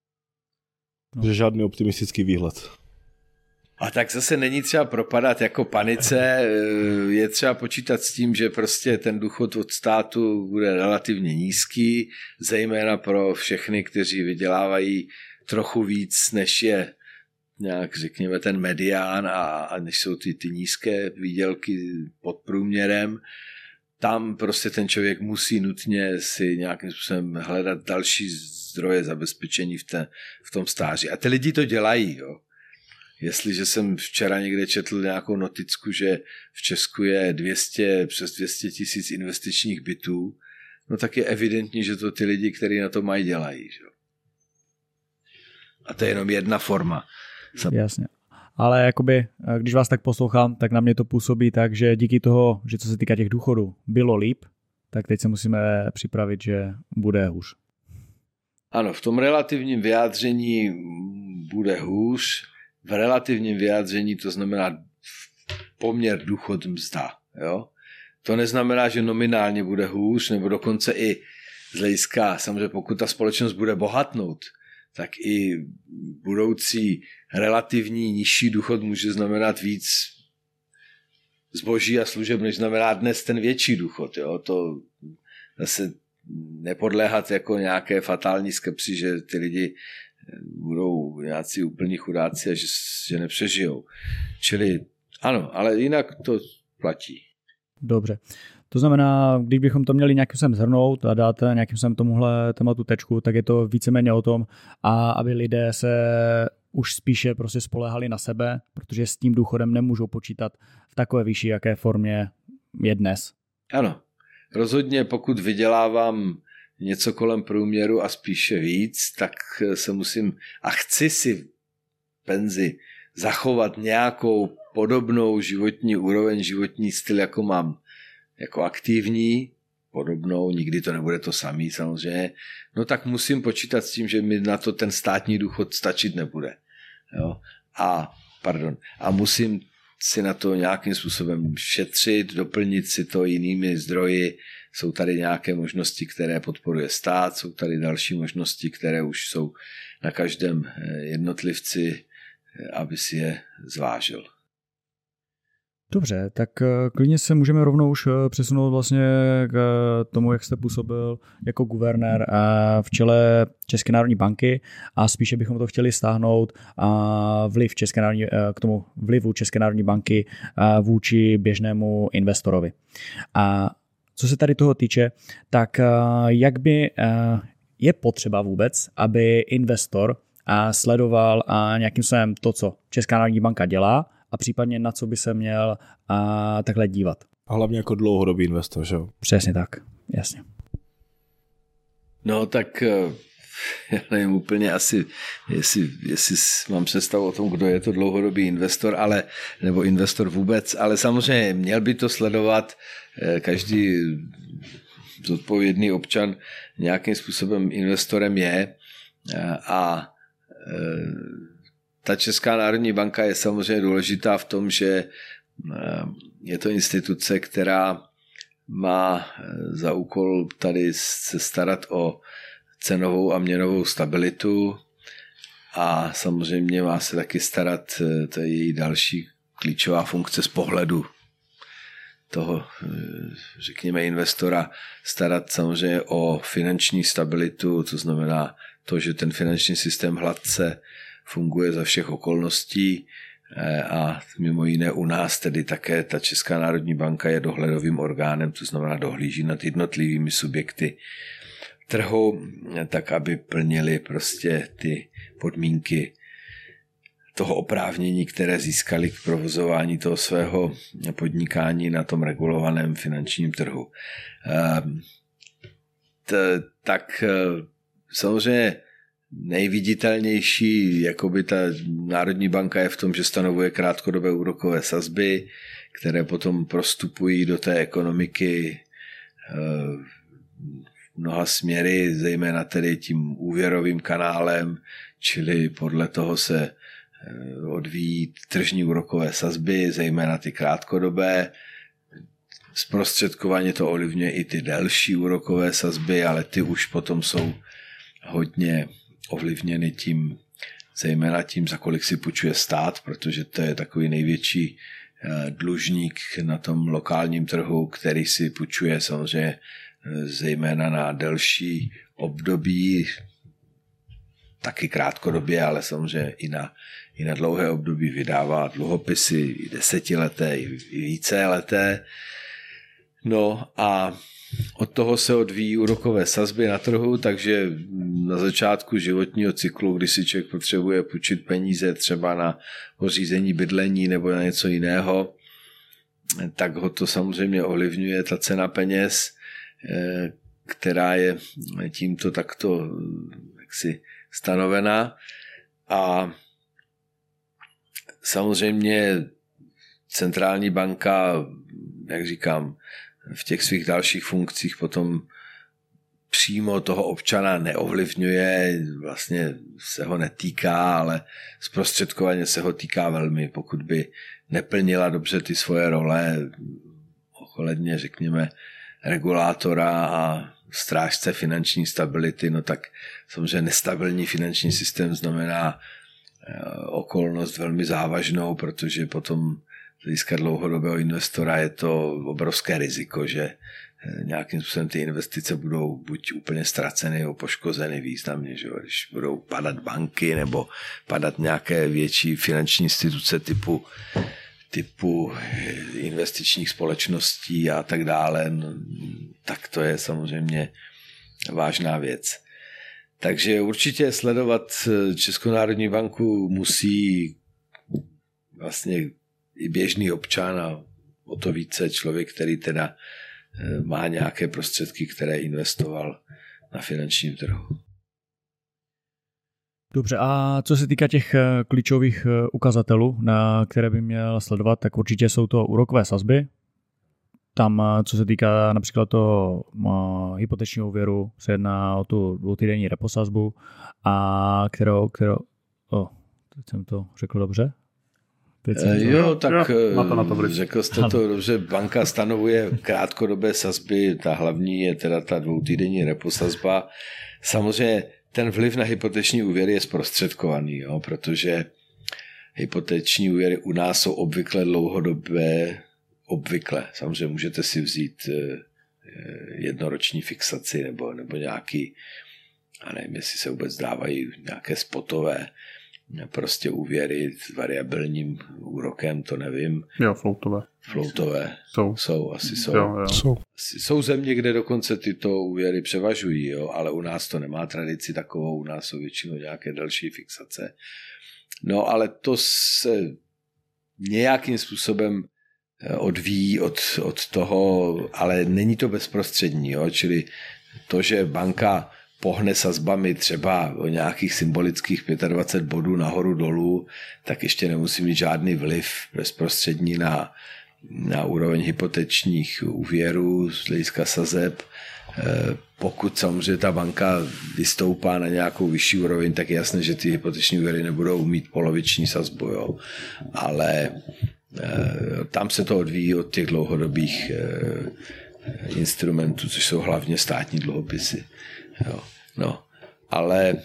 D: No. Že žádný optimistický výhled.
B: A tak zase není třeba propadat jako panice, je třeba počítat s tím, že prostě ten důchod od státu bude relativně nízký, zejména pro všechny, kteří vydělávají trochu víc, než je nějak řekněme ten medián a, a než jsou ty, ty nízké výdělky pod průměrem. Tam prostě ten člověk musí nutně si nějakým způsobem hledat další zdroje zabezpečení v, té, v tom stáří. A ty lidi to dělají. Jo. Jestliže jsem včera někde četl nějakou noticku, že v Česku je dvě stě, přes dvě stě tisíc investičních bytů, no tak je evidentní, že to ty lidi, kteří na to mají, dělají. Jo. A to je jenom jedna forma.
A: Jasně. Ale jakoby, když vás tak poslouchám, tak na mě to působí tak, že díky toho, že co se týká těch důchodů, bylo líp, tak teď se musíme připravit, že bude hůř.
B: Ano, v tom relativním vyjádření bude hůř. V relativním vyjádření to znamená poměr důchod mzda. Jo? To neznamená, že nominálně bude hůř, nebo dokonce i z hlediska, samozřejmě pokud ta společnost bude bohatnout, tak i budoucí relativní nižší důchod může znamenat víc zboží a služeb, než znamená dnes ten větší důchod. Jo? To zase nepodléhat jako nějaké fatální skepsi, že ty lidi budou nějací úplní chudáci a že, že nepřežijou. Čili ano, ale jinak to platí.
A: Dobře. To znamená, když bychom to měli nějakým sem zhrnout a dát nějakým sem tomuhle tématu tečku, tak je to víceméně o tom, a aby lidé se už spíše prostě spoléhali na sebe, protože s tím důchodem nemůžou počítat v takové výši, jaké formě je dnes.
B: Ano, rozhodně pokud vydělávám něco kolem průměru a spíše víc, tak se musím a chci si penzi zachovat nějakou podobnou životní úroveň, životní styl, jako mám jako aktivní, podobnou, nikdy to nebude to samý samozřejmě, no tak musím počítat s tím, že mi na to ten státní důchod stačit nebude. Jo? A, pardon, a musím si na to nějakým způsobem šetřit, doplnit si to jinými zdroji. Jsou tady nějaké možnosti, které podporuje stát, jsou tady další možnosti, které už jsou na každém jednotlivci, aby si je zvážil.
A: Dobře, tak klidně se můžeme rovnou už přesunout vlastně k tomu, jak jste působil jako guvernér v čele České národní banky a spíše bychom to chtěli stáhnout vliv České národní, k tomu vlivu České národní banky vůči běžnému investorovi. A co se tady toho týče, tak jak by je potřeba vůbec, aby investor sledoval nějakým způsobem to, co Česká národní banka dělá, a případně na co by se měl a, takhle dívat.
D: A hlavně jako dlouhodobý investor, že jo?
A: Přesně tak, jasně.
B: No tak já nevím úplně asi, jestli, jestli mám představu o tom, kdo je to dlouhodobý investor, ale, nebo investor vůbec, ale samozřejmě měl by to sledovat každý zodpovědný občan, nějakým způsobem investorem je a ta Česká národní banka je samozřejmě důležitá v tom, že je to instituce, která má za úkol tady se starat o cenovou a měnovou stabilitu a samozřejmě má se taky starat, to je její další klíčová funkce z pohledu toho, řekněme, investora, starat samozřejmě o finanční stabilitu, to znamená to, že ten finanční systém hladce funguje za všech okolností a mimo jiné u nás tedy také ta Česká národní banka je dohledovým orgánem, to znamená dohlíží nad jednotlivými subjekty trhu, tak aby plnili prostě ty podmínky toho oprávnění, které získali k provozování toho svého podnikání na tom regulovaném finančním trhu. T- tak samozřejmě nejviditelnější, jakoby ta Národní banka je v tom, že stanovuje krátkodobé úrokové sazby, které potom prostupují do té ekonomiky mnoha směry, zejména tedy tím úvěrovým kanálem, čili podle toho se odvíjí tržní úrokové sazby, zejména ty krátkodobé. Zprostředkovaně to ovlivňuje i ty delší úrokové sazby, ale ty už potom jsou hodně ovlivněny tím, zejména tím, za kolik si půjčuje stát, protože to je takový největší dlužník na tom lokálním trhu, který si půjčuje samozřejmě zejména na delší období, taky krátkodobě, ale samozřejmě i na, i na dlouhé období vydává dluhopisy, i desetileté, i víceleté. No a od toho se odvíjí úrokové sazby na trhu, takže na začátku životního cyklu, kdy si člověk potřebuje půjčit peníze třeba na pořízení bydlení nebo na něco jiného, tak ho to samozřejmě ovlivňuje ta cena peněz, která je tímto takto jaksi stanovená. A samozřejmě centrální banka, jak říkám, v těch svých dalších funkcích potom přímo toho občana neovlivňuje, vlastně se ho netýká, ale zprostředkovaně se ho týká velmi. Pokud by neplnila dobře ty svoje role ohledně, řekněme, regulátora a strážce finanční stability, no tak samozřejmě nestabilní finanční systém znamená okolnost velmi závažnou, protože potom z hlediska dlouhodobého investora je to obrovské riziko, že nějakým způsobem ty investice budou buď úplně ztraceny nebo poškozeny významně, že když budou padat banky nebo padat nějaké větší finanční instituce typu typu investičních společností a tak dále, no, tak to je samozřejmě vážná věc. Takže určitě sledovat Českou národní banku musí vlastně i běžný občan a o to více člověk, který teda má nějaké prostředky, které investoval na finančním trhu.
A: Dobře, a co se týká těch klíčových ukazatelů, na které by měl sledovat, tak určitě jsou to úrokové sazby. Tam, co se týká například toho hypotečního úvěru, se jedná o tu dvoutýdenní reposazbu, a kterou, kterou, o, teď jsem to řekl dobře?
B: Teď jsem to... Jo, tak jo, na to, na to
C: řekl
B: jste to dobře, banka stanovuje krátkodobé sazby, ta hlavní je teda ta dvoutýdenní reposazba. Samozřejmě ten vliv na hypoteční úvěry je zprostředkovaný, jo, protože hypoteční úvěry u nás jsou obvykle dlouhodobé, obvykle. Samozřejmě můžete si vzít jednoroční fixaci nebo, nebo nějaký, a nevím, jestli se vůbec dávají nějaké spotové prostě úvěry s variabilním úrokem, to nevím.
C: Jo, floatové.
B: Floatové.
C: Jsou.
B: Jsou, asi jsou.
C: Jo, jo.
D: Jsou.
B: Jsou země, kde dokonce tyto úvěry převažují, jo, ale u nás to nemá tradici takovou, u nás jsou většinou nějaké další fixace. No, ale to se nějakým způsobem odvíjí od, od toho, ale není to bezprostřední, jo, čili to, že banka pohne sazbami třeba o nějakých symbolických dvacet pět bodů nahoru dolů, tak ještě nemusí mít žádný vliv bezprostřední na, na úroveň hypotečních úvěrů z hlediska sazeb. Pokud samozřejmě ta banka vystoupá na nějakou vyšší úroveň, tak je jasné, že ty hypoteční úvěry nebudou mít poloviční sazbu, jo. Ale tam se to odvíjí od těch dlouhodobých instrumentů, což jsou hlavně státní dluhopisy. Jo. No, ale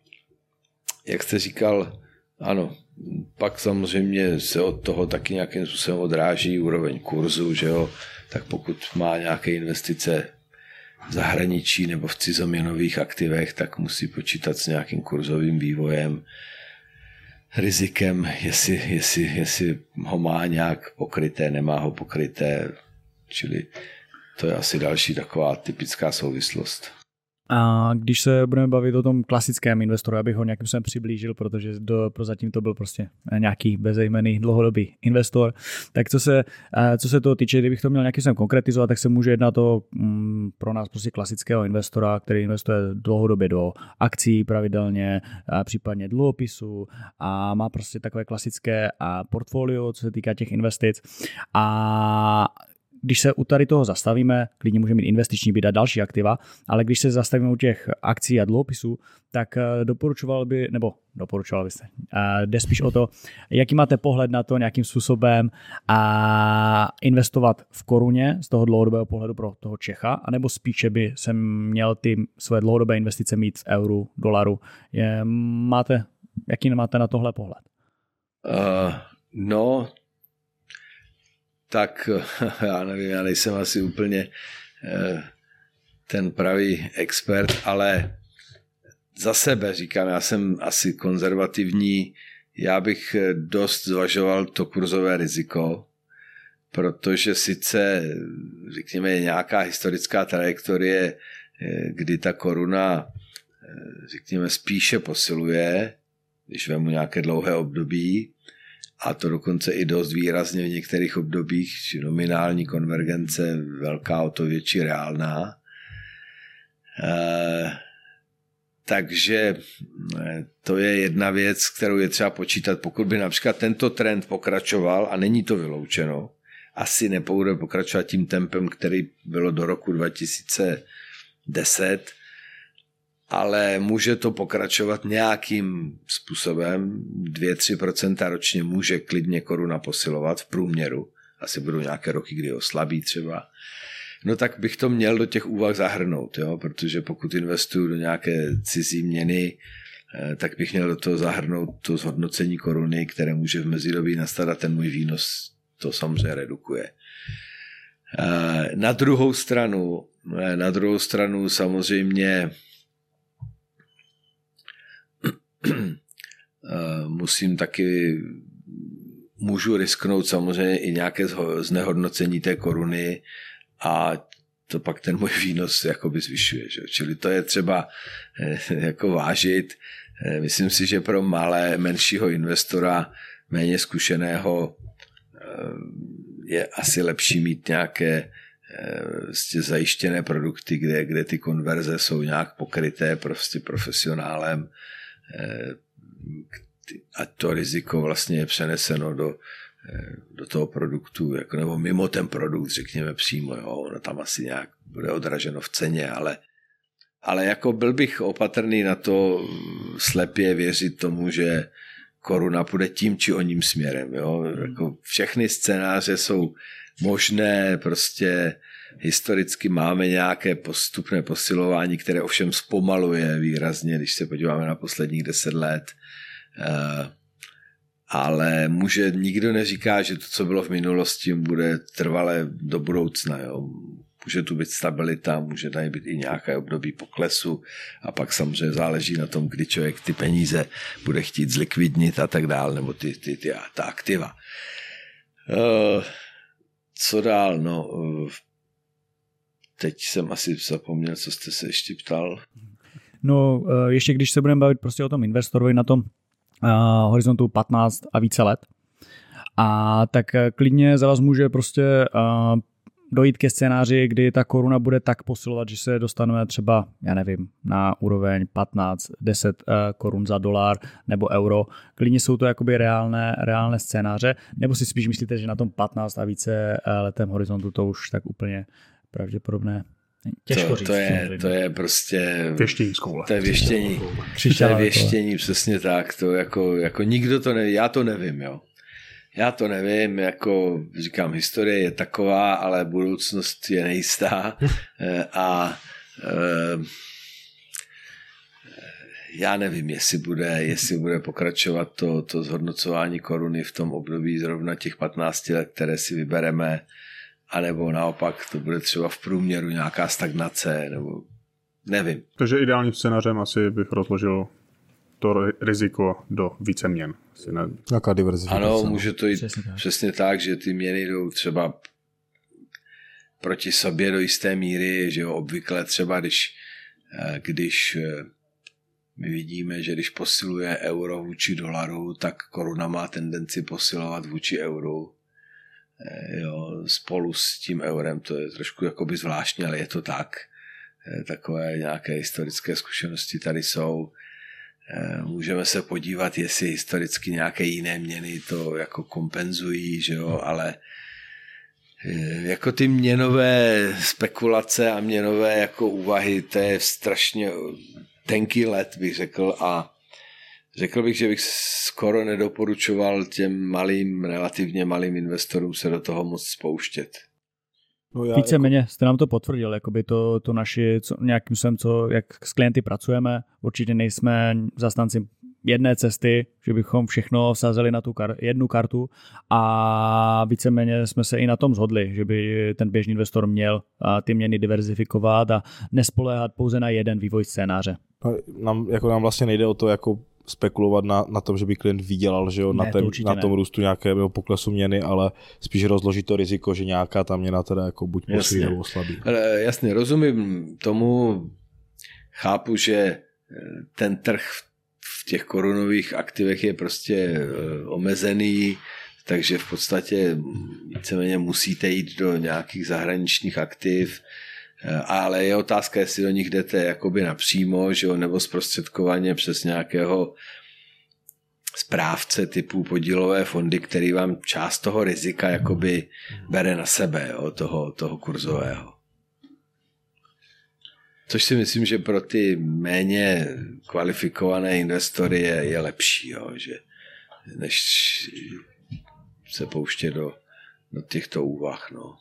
B: jak jste říkal, ano, pak samozřejmě se od toho taky nějakým způsobem odráží úroveň kurzu, že jo, tak pokud má nějaké investice v zahraničí nebo v cizoměnových aktivech, tak musí počítat s nějakým kurzovým vývojem, rizikem, jestli, jestli, jestli ho má nějak pokryté, nemá ho pokryté, čili to je asi další taková typická souvislost.
A: A když se budeme bavit o tom klasickém investoru, abych ho nějakým způsobem přiblížil, protože do, prozatím to byl prostě nějaký bezejmenný dlouhodobý investor, tak co se, co se toho týče, kdybych to měl nějakým způsobem konkretizovat, tak se může jednat o mm, pro nás prostě klasického investora, který investuje dlouhodobě do akcí pravidelně, a případně dluhopisů a má prostě takové klasické a portfolio, co se týká těch investic. A když se u tady toho zastavíme, klidně může mít investiční byt a další aktiva, ale když se zastavíme u těch akcí a dluhopisů, tak doporučoval by, nebo doporučoval byste, jde spíš o to, jaký máte pohled na to nějakým způsobem a investovat v koruně z toho dlouhodobého pohledu pro toho Čecha, anebo spíše by jsem měl ty své dlouhodobé investice mít v euru, dolaru. Je, máte, jaký máte na tohle pohled?
B: Uh, no, tak já nevím, já nejsem asi úplně ten pravý expert, ale za sebe říkám, já jsem asi konzervativní, já bych dost zvažoval to kurzové riziko, protože sice, řekněme, je nějaká historická trajektorie, kdy ta koruna, řekněme, spíše posiluje, když vemu nějaké dlouhé období, a to dokonce i dost výrazně v některých obdobích, či nominální konvergence velká, o to větší reálná. E, takže to je jedna věc, kterou je třeba počítat. Pokud by například tento trend pokračoval, a není to vyloučeno, asi nepůjde pokračovat tím tempem, který bylo do roku dva tisíce deset, ale může to pokračovat nějakým způsobem. dvě až tři procenta ročně může klidně koruna posilovat v průměru. Asi budou nějaké roky, kdy oslabí třeba. No tak bych to měl do těch úvah zahrnout, jo? Protože pokud investuju do nějaké cizí měny, tak bych měl do toho zahrnout to zhodnocení koruny, které může v mezidobí nastat a ten můj výnos to samozřejmě redukuje. Na druhou stranu, na druhou stranu samozřejmě musím taky, můžu risknout samozřejmě i nějaké znehodnocení té koruny a to pak ten můj výnos jakoby zvyšuje. Že? Čili to je třeba jako vážit. Myslím si, že pro malé, menšího investora, méně zkušeného, je asi lepší mít nějaké vlastně zajištěné produkty, kde, kde ty konverze jsou nějak pokryté prostě profesionálem, a to riziko vlastně je přeneseno do, do toho produktu, jako, nebo mimo ten produkt, řekněme přímo, jo, ono tam asi nějak bude odraženo v ceně, ale, ale jako byl bych opatrný na to slepě věřit tomu, že koruna půjde tím či oním směrem. Jo. Jako všechny scénáře jsou možné, prostě historicky máme nějaké postupné posilování, které ovšem zpomaluje výrazně, když se podíváme na posledních deset let. Ale může, nikdo neříká, že to, co bylo v minulosti, bude trvalé do budoucna. Jo. Může tu být stabilita, může tady být i nějaké období poklesu a pak samozřejmě záleží na tom, kdy člověk ty peníze bude chtít zlikvidnit a tak dál, nebo ty, ty, ty, ta aktiva. Co dál? No, teď jsem asi zapomněl, co jste se ještě ptal.
A: No, ještě když se budeme bavit prostě o tom investorovi na tom uh, horizontu patnáct a více let, a tak klidně za vás může prostě uh, dojít ke scénáři, kdy ta koruna bude tak posilovat, že se dostaneme třeba, já nevím, na úroveň patnáct, deset uh, korun za dolar nebo euro. Klidně jsou to jakoby reálné, reálné scénáře, nebo si spíš myslíte, že na tom patnáct a více uh, letem horizontu to už tak úplně pravděpodobné? Těžko
B: to,
A: říct.
B: To je, to je prostě...
C: Věštění z koule.
B: To je věštění. To je věštění, přesně tak. To jako, jako nikdo to neví. Já to nevím, jo. Já to nevím, jako říkám, historie je taková, ale budoucnost je nejistá. A já nevím, jestli bude, jestli bude pokračovat to, to zhodnocování koruny v tom období zrovna těch patnáct let, které si vybereme, anebo naopak to bude třeba v průměru nějaká stagnace, nebo nevím.
C: Takže ideálním scénářem asi bych rozložil to riziko do více měn.
D: Jaká diverzifikace?
B: Ano, může to jít přesně tak. přesně tak, že ty měny jdou třeba proti sobě do jisté míry, že jo, obvykle třeba, když když my vidíme, že když posiluje euro vůči dolaru, tak koruna má tendenci posilovat vůči euru. Jo, spolu s tím eurem, to je trošku jakoby zvláštní, ale je to tak. Takové nějaké historické zkušenosti tady jsou. Můžeme se podívat, jestli historicky nějaké jiné měny to jako kompenzují, že jo, ale jako ty měnové spekulace a měnové jako úvahy, to je strašně tenký let, bych řekl, a řekl bych, že bych skoro nedoporučoval těm malým, relativně malým investorům se do toho moc spouštět.
A: No já Víceméně jako... jste nám to potvrdil, jakoby to, to naši, co, nějakým způsobem, co, jak s klienty pracujeme, určitě nejsme zastanci jedné cesty, že bychom všechno vsázeli na tu kar- jednu kartu a víceméně jsme se i na tom shodli, že by ten běžný investor měl ty měny diverzifikovat a nespoléhat pouze na jeden vývoj scénáře.
D: No, nám, jako nám vlastně nejde o to, jako spekulovat na, na tom, že by klient vydělal, že jo, ne, na, ten, to na tom ne. růstu nějakého poklesu měny, ale spíš rozložit to riziko, že nějaká ta měna teda jako buď posílí nebo oslabí.
B: Ale jasně, rozumím tomu, chápu, že ten trh v těch korunových aktivech je prostě omezený, takže v podstatě víceméně musíte jít do nějakých zahraničních aktiv, ale je otázka, jestli do nich jdete jakoby napřímo, že jo, nebo zprostředkovaně přes nějakého správce typu podílové fondy, který vám část toho rizika jakoby bere na sebe, jo, toho, toho kurzového. Což si myslím, že pro ty méně kvalifikované investory je, je lepší, jo, že než se pouštět do, do těchto úvah. No.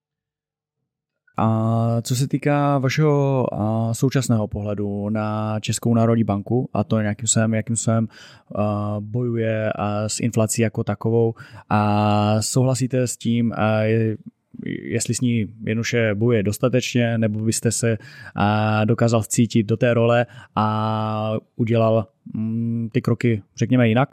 A: A co se týká vašeho současného pohledu na Českou národní banku a to nějakým způsobem, jakým způsobem bojuje s inflací jako takovou, a souhlasíte s tím, jestli s ní jednoduše bojuje dostatečně, nebo byste se dokázal vcítit do té role a udělal ty kroky, řekněme, jinak?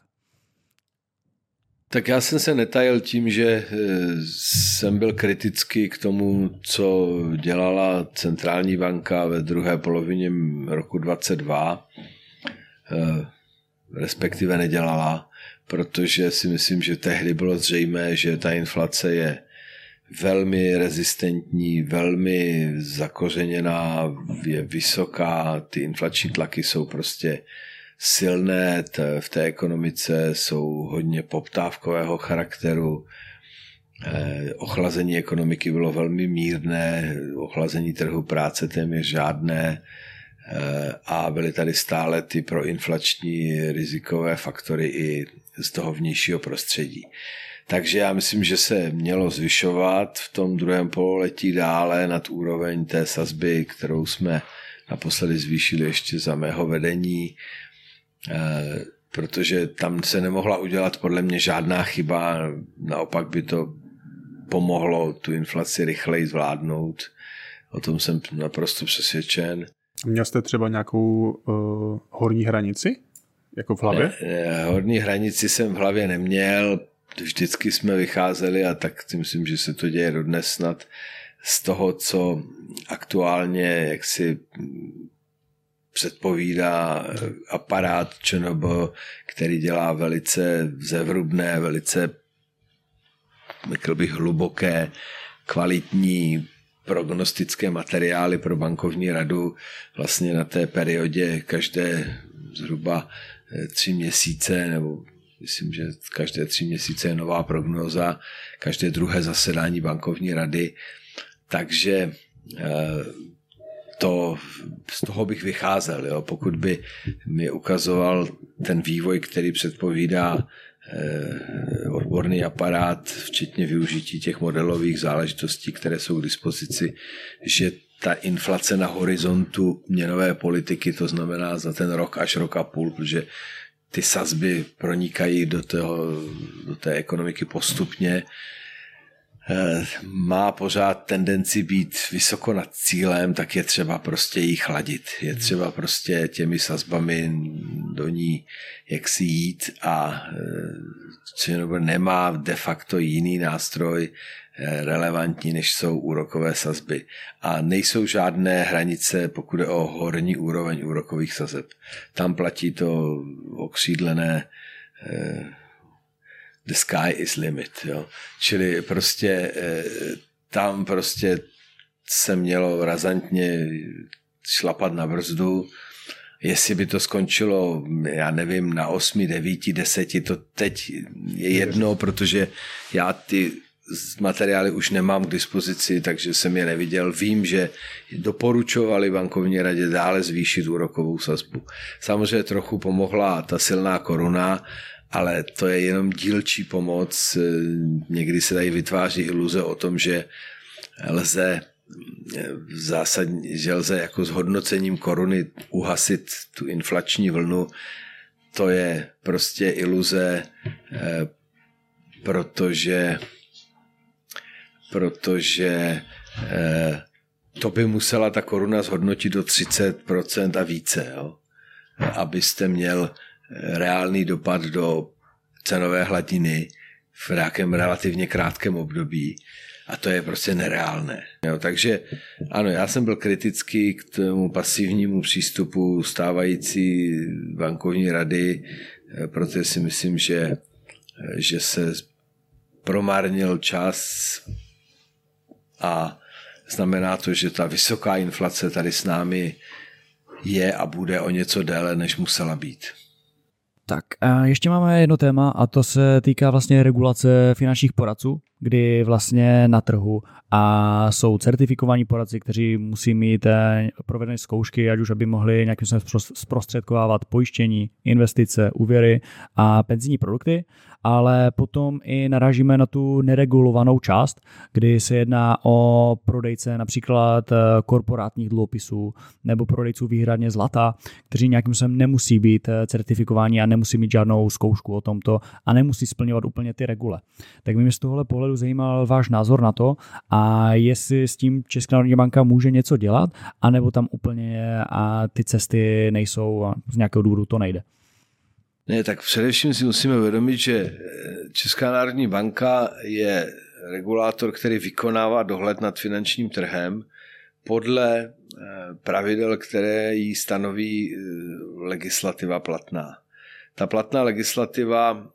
B: Tak já jsem se netajil tím, že jsem byl kritický k tomu, co dělala centrální banka ve druhé polovině roku dvacet dva, respektive nedělala, protože si myslím, že tehdy bylo zřejmé, že ta inflace je velmi rezistentní, velmi zakořeněná, je vysoká, ty inflační tlaky jsou prostě silné, v té ekonomice jsou hodně poptávkového charakteru, ochlazení ekonomiky bylo velmi mírné, ochlazení trhu práce téměř žádné a byly tady stále ty proinflační rizikové faktory i z toho vnějšího prostředí. Takže já myslím, že se mělo zvyšovat v tom druhém pololetí dále nad úroveň té sazby, kterou jsme naposledy zvýšili ještě za mého vedení, protože tam se nemohla udělat podle mě žádná chyba, naopak by to pomohlo tu inflaci rychleji zvládnout. O tom jsem naprosto přesvědčen.
C: Měl jste třeba nějakou uh, horní hranici? Jako v hlavě?
B: Ne, ne, horní hranici jsem v hlavě neměl, vždycky jsme vycházeli a tak si myslím, že se to děje dodnes snad z toho, co aktuálně jaksi předpovídá aparát ČNB, který dělá velice zevrubné, velice, řekl bych, hluboké, kvalitní prognostické materiály pro bankovní radu vlastně na té periodě každé zhruba tři měsíce, nebo myslím, že každé tři měsíce je nová prognóza, každé druhé zasedání bankovní rady, takže to, z toho bych vycházel. Jo. Pokud by mi ukazoval ten vývoj, který předpovídá eh, odborný aparát, včetně využití těch modelových záležitostí, které jsou k dispozici, že ta inflace na horizontu měnové politiky, to znamená za ten rok až rok a půl, protože ty sazby pronikají do, toho, do té ekonomiky postupně, má pořád tendenci být vysoko nad cílem, tak je třeba prostě jí chladit. Je třeba prostě těmi sazbami do ní jaksi jít a nemá de facto jiný nástroj relevantní, než jsou úrokové sazby. A nejsou žádné hranice, pokud je o horní úroveň úrokových sazeb. Tam platí to okřídlené the sky is limit. Jo. Čili prostě tam prostě se mělo razantně šlapat na brzdu. Jestli by to skončilo, já nevím, na osmi, devíti, deseti, to teď je jedno, protože já ty materiály už nemám k dispozici, takže jsem je neviděl. Vím, že doporučovali bankovní radě dále zvýšit úrokovou sazbu. Samozřejmě trochu pomohla ta silná koruna, ale to je jenom dílčí pomoc. Někdy se tady vytváří iluze o tom, že lze zásadně, že lze jako s hodnocením koruny uhasit tu inflační vlnu. To je prostě iluze, protože protože to by musela ta koruna zhodnotit do třicet procent a více, jo? Abyste měl reálný dopad do cenové hladiny v nějakém relativně krátkém období a to je prostě nereálné. Jo, takže ano, já jsem byl kritický k tomu pasivnímu přístupu stávající bankovní rady, protože si myslím, že, že se promárnil čas a znamená to, že ta vysoká inflace tady s námi je a bude o něco déle, než musela být.
A: Tak a ještě máme jedno téma a to se týká vlastně regulace finančních poradců, kdy vlastně na trhu a jsou certifikovaní poradci, kteří musí mít provedené zkoušky, ať už aby mohli nějakým způsobem zprostředkovávat pojištění, investice, úvěry a penzijní produkty, ale potom i narážíme na tu neregulovanou část, kdy se jedná o prodejce například korporátních dluhopisů nebo prodejců výhradně zlata, kteří nějakým způsobem nemusí být certifikováni a nemusí mít žádnou zkoušku o tomto a nemusí splňovat úplně ty regule. Tak mě z tohohle pohledu zajímal váš názor na to a jestli s tím Česká národní banka může něco dělat, anebo tam úplně a ty cesty nejsou a z nějakého důvodu to nejde.
B: Ne, tak především si musíme uvědomit, že Česká národní banka je regulátor, který vykonává dohled nad finančním trhem podle pravidel, které jí stanoví legislativa platná. Ta platná legislativa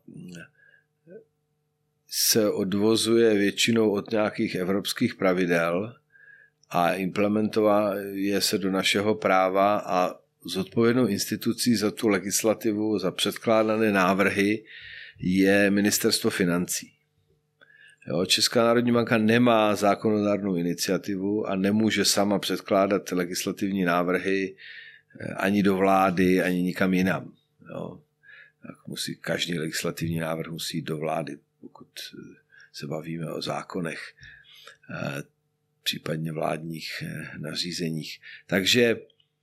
B: se odvozuje většinou od nějakých evropských pravidel a implementuje se do našeho práva a zodpovědnou institucí za tu legislativu, za předkládané návrhy je Ministerstvo financí. Jo, Česká národní banka nemá zákonodárnou iniciativu a nemůže sama předkládat legislativní návrhy ani do vlády, ani nikam jinam. Jo. Tak musí, každý legislativní návrh musí jít do vlády, pokud se bavíme o zákonech, případně vládních nařízeních. Takže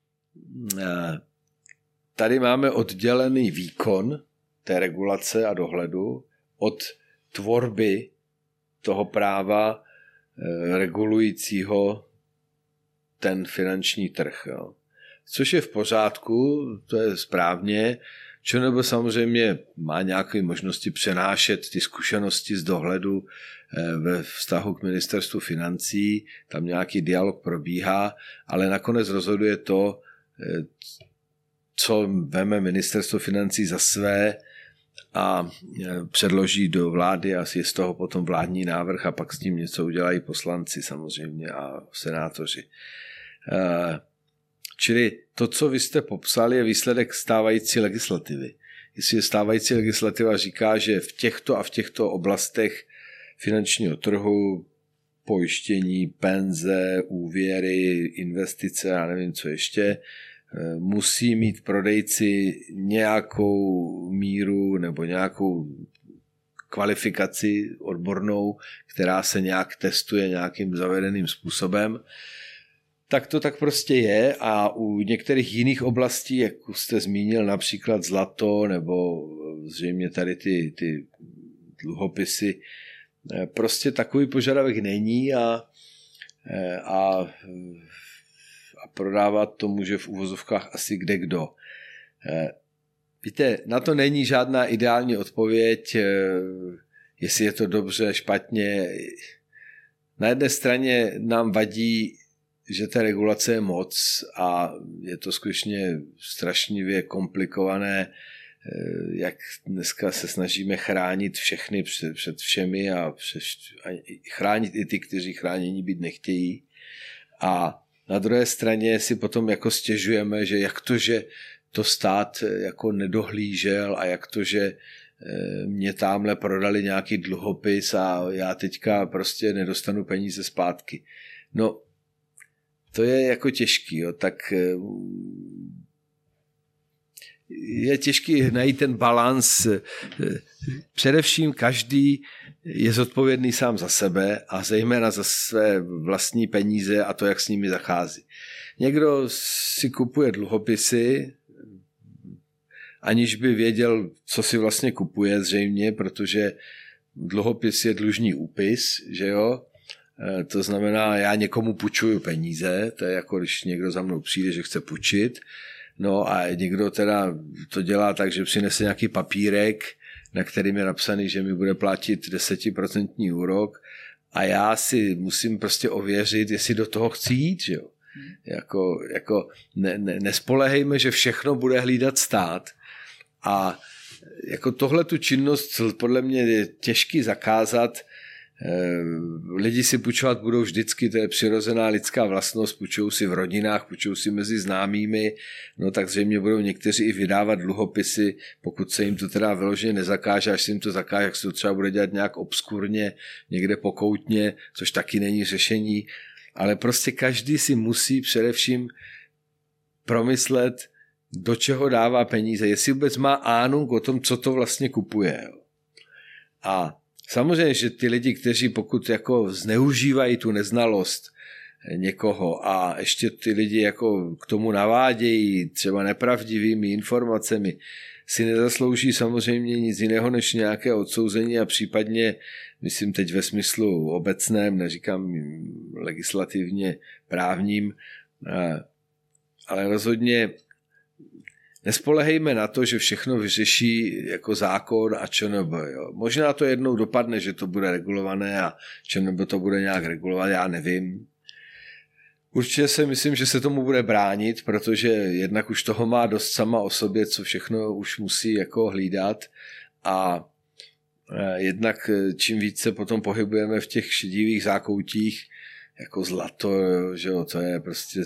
B: tady máme oddělený výkon té regulace a dohledu od tvorby toho práva regulujícího ten finanční trh. Jo. Což je v pořádku, to je správně, čo nebo samozřejmě má nějaké možnosti přenášet ty zkušenosti z dohledu ve vztahu k Ministerstvu financí, tam nějaký dialog probíhá, ale nakonec rozhoduje to, co veme Ministerstvo financí za své a předloží do vlády a je z toho potom vládní návrh a pak s tím něco udělají poslanci samozřejmě a senátoři. Čili to, co vy jste popsali, je výsledek stávající legislativy. Jestli stávající legislativa říká, že v těchto a v těchto oblastech finančního trhu, pojištění, penze, úvěry, investice, já nevím, co ještě, musí mít prodejci nějakou míru nebo nějakou kvalifikaci odbornou, která se nějak testuje nějakým zavedeným způsobem, tak to tak prostě je a u některých jiných oblastí, jak jste zmínil, například zlato nebo zřejmě tady ty, ty dluhopisy, prostě takový požadavek není a, a, a prodávat to může v uvozovkách asi kde kdo. Víte, na to není žádná ideální odpověď, jestli je to dobře, špatně. Na jedné straně nám vadí, že ta regulace je moc a je to skutečně strašnivě komplikované, jak dneska se snažíme chránit všechny před, před všemi a, před, a chránit i ty, kteří chránění být nechtějí. A na druhé straně si potom jako stěžujeme, že jak to, že to stát jako nedohlížel a jak to, že mě tamhle prodali nějaký dluhopis a já teďka prostě nedostanu peníze zpátky. No, to je jako těžký, jo. Tak je těžký najít ten balans. Především každý je zodpovědný sám za sebe a zejména za své vlastní peníze a to, jak s nimi zachází. Někdo si kupuje dluhopisy, aniž by věděl, co si vlastně kupuje zřejmě, protože dluhopis je dlužný úpis, že jo? To znamená, já někomu půjčuju peníze, to je jako když někdo za mnou přijde, že chce půjčit, no a někdo teda to dělá tak, že přinese nějaký papírek, na kterým je napsaný, že mi bude platit desetiprocentní úrok a já si musím prostě ověřit, jestli do toho chci jít, že jo? Jako, jako ne, ne, nespolehejme, že všechno bude hlídat stát a jako tohle tu činnost podle mě je těžký zakázat. Lidi si půjčovat budou vždycky, to je přirozená lidská vlastnost, půjčují si v rodinách, půjčují si mezi známými, no tak zřejmě budou někteří i vydávat dluhopisy, pokud se jim to teda vyloženě nezakáže, až se jim to zakáže, jak se to třeba bude dělat nějak obskurně, někde pokoutně, což taky není řešení, ale prostě každý si musí především promyslet, do čeho dává peníze, jestli vůbec má ánung o tom, co to vlastně kupuje. A samozřejmě, že ty lidi, kteří pokud jako zneužívají tu neznalost někoho a ještě ty lidi jako k tomu navádějí třeba nepravdivými informacemi, si nezaslouží samozřejmě nic jiného než nějaké odsouzení a případně, myslím teď ve smyslu obecném, neříkám legislativně právním, ale rozhodně nespolehejme na to, že všechno vyřeší jako zákon a ČNB. Jo. Možná to jednou dopadne, že to bude regulované a ČNB to bude nějak regulovat, já nevím. Určitě si myslím, že se tomu bude bránit, protože jednak už toho má dost sama o sobě, co všechno už musí jako hlídat a jednak čím více potom pohybujeme v těch šedivých zákoutích, jako zlato, že jo, to je prostě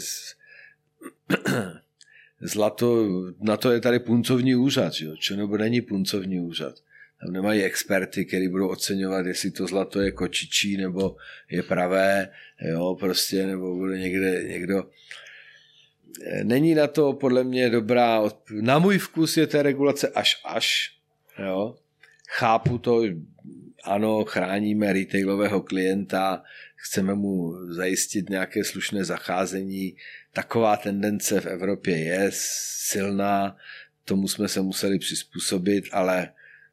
B: zlato, na to je tady puncovní úřad, že jo? ČNB není puncovní úřad. Tam nemají experty, kteří budou oceňovat, jestli to zlato je kočičí, nebo je pravé, jo, prostě, nebo bude někde někdo. Není na to podle mě dobrá, na můj vkus je té regulace až až, jo. Chápu to, ano, chráníme retailového klienta, chceme mu zajistit nějaké slušné zacházení. Taková tendence v Evropě je silná, tomu jsme se museli přizpůsobit, ale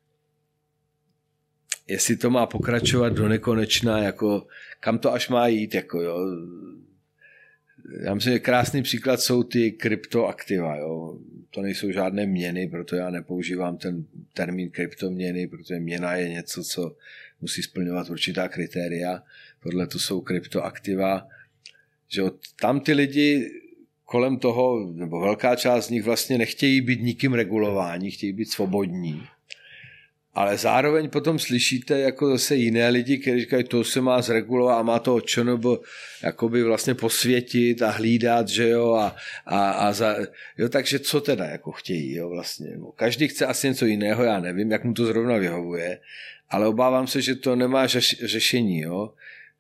B: jestli to má pokračovat do nekonečna, jako kam to až má jít, jako jo. Já myslím, že krásný příklad jsou ty kryptoaktiva, jo. To nejsou žádné měny, proto já nepoužívám ten termín kryptoměny, protože měna je něco, co musí splňovat určitá kritéria. Tohle to jsou kryptoaktiva, že tam ty lidi kolem toho, nebo velká část z nich vlastně nechtějí být nikým regulováni, chtějí být svobodní. Ale zároveň potom slyšíte jako zase jiné lidi, kteří říkají, to se má zregulovat a má to ČNB jakoby vlastně posvětit a hlídat, že jo, a, a, a za, jo, takže co teda jako chtějí, jo, vlastně. Každý chce asi něco jiného, já nevím, jak mu to zrovna vyhovuje, ale obávám se, že to nemá řeš, řešení, jo.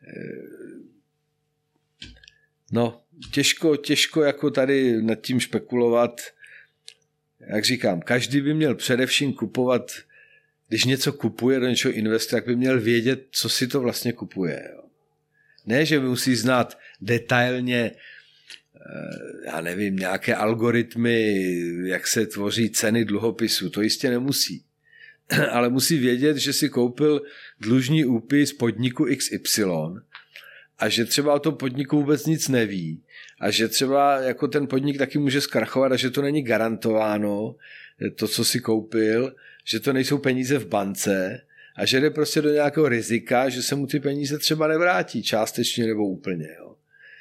B: No, těžko, těžko jako tady nad tím špekulovat. Jak říkám, každý by měl především kupovat, když něco kupuje, do něčeho investuje, tak by měl vědět, co si to vlastně kupuje. Jo. Ne, že musí znát detailně, já nevím, nějaké algoritmy, jak se tvoří ceny dluhopisů. To jistě nemusí. ale musí vědět, že si koupil dlužní úpis podniku X Y a že třeba o tom podniku vůbec nic neví a že třeba jako ten podnik taky může zkrachovat a že to není garantováno, to, co si koupil, že to nejsou peníze v bance a že jde prostě do nějakého rizika, že se mu ty peníze třeba nevrátí částečně nebo úplně. Jo.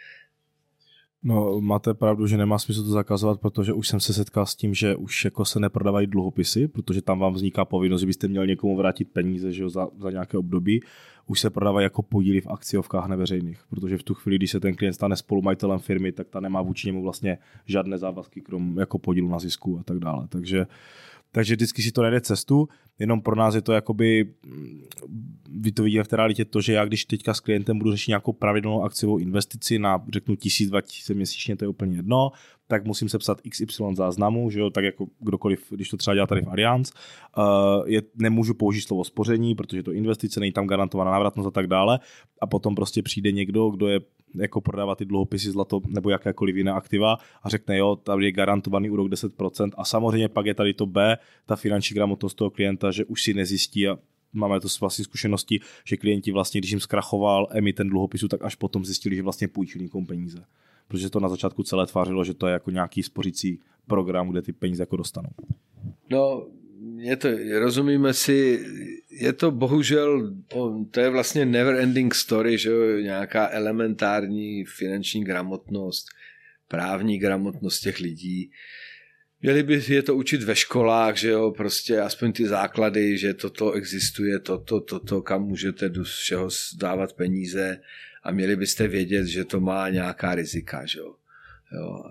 D: No, máte pravdu, že nemá smysl to zakazovat, protože už jsem se setkal s tím, že už jako se neprodávají dluhopisy, protože tam vám vzniká povinnost, že byste měl někomu vrátit peníze, že jo, za, za nějaké období. Už se prodávají jako podíly v akciovkách neveřejných, protože v tu chvíli, když se ten klient stane spolumajitelem firmy, tak ta nemá vůči němu vlastně žádné závazky, krom jako podílu na zisku a tak dále. Takže Takže vždycky si to najde cestu, jenom pro nás je to jakoby, vy to vidíte v té realitě to, že já když teďka s klientem budu řešit nějakou pravidelnou akciovou investici na řeknu tisíc, dva tisíce měsíčně, to je úplně jedno, tak musím sepsat X Y záznamu, že jo, tak jako kdokoliv, když to třeba dělá tady v Allianz, uh, je, nemůžu použít slovo spoření, protože to investice, není tam garantovaná návratnost a tak dále a potom prostě přijde někdo, kdo je jako prodává ty dluhopisy, zlato nebo jakékoliv jiné aktiva a řekne jo, tady je garantovaný úrok deset procent a samozřejmě pak je tady to B, ta finanční gramotnost toho klienta, že už si nezjistí a máme to z vlastní zkušenosti, že klienti vlastně, když jim zkrachoval emitent dluhopisu, tak až potom zjistili, že vlastně půjčili někomu peníze. Protože to na začátku celé tvářilo, že to je jako nějaký spořící program, kde ty peníze jako dostanou.
B: No, je to, rozumíme si, je to bohužel, to je vlastně never ending story, že jo, nějaká elementární finanční gramotnost, právní gramotnost těch lidí. Měli by je to učit ve školách, že jo, prostě aspoň ty základy, že toto existuje, toto, toto, kam můžete do všeho dávat peníze a měli byste vědět, že to má nějaká rizika, že jo. jo.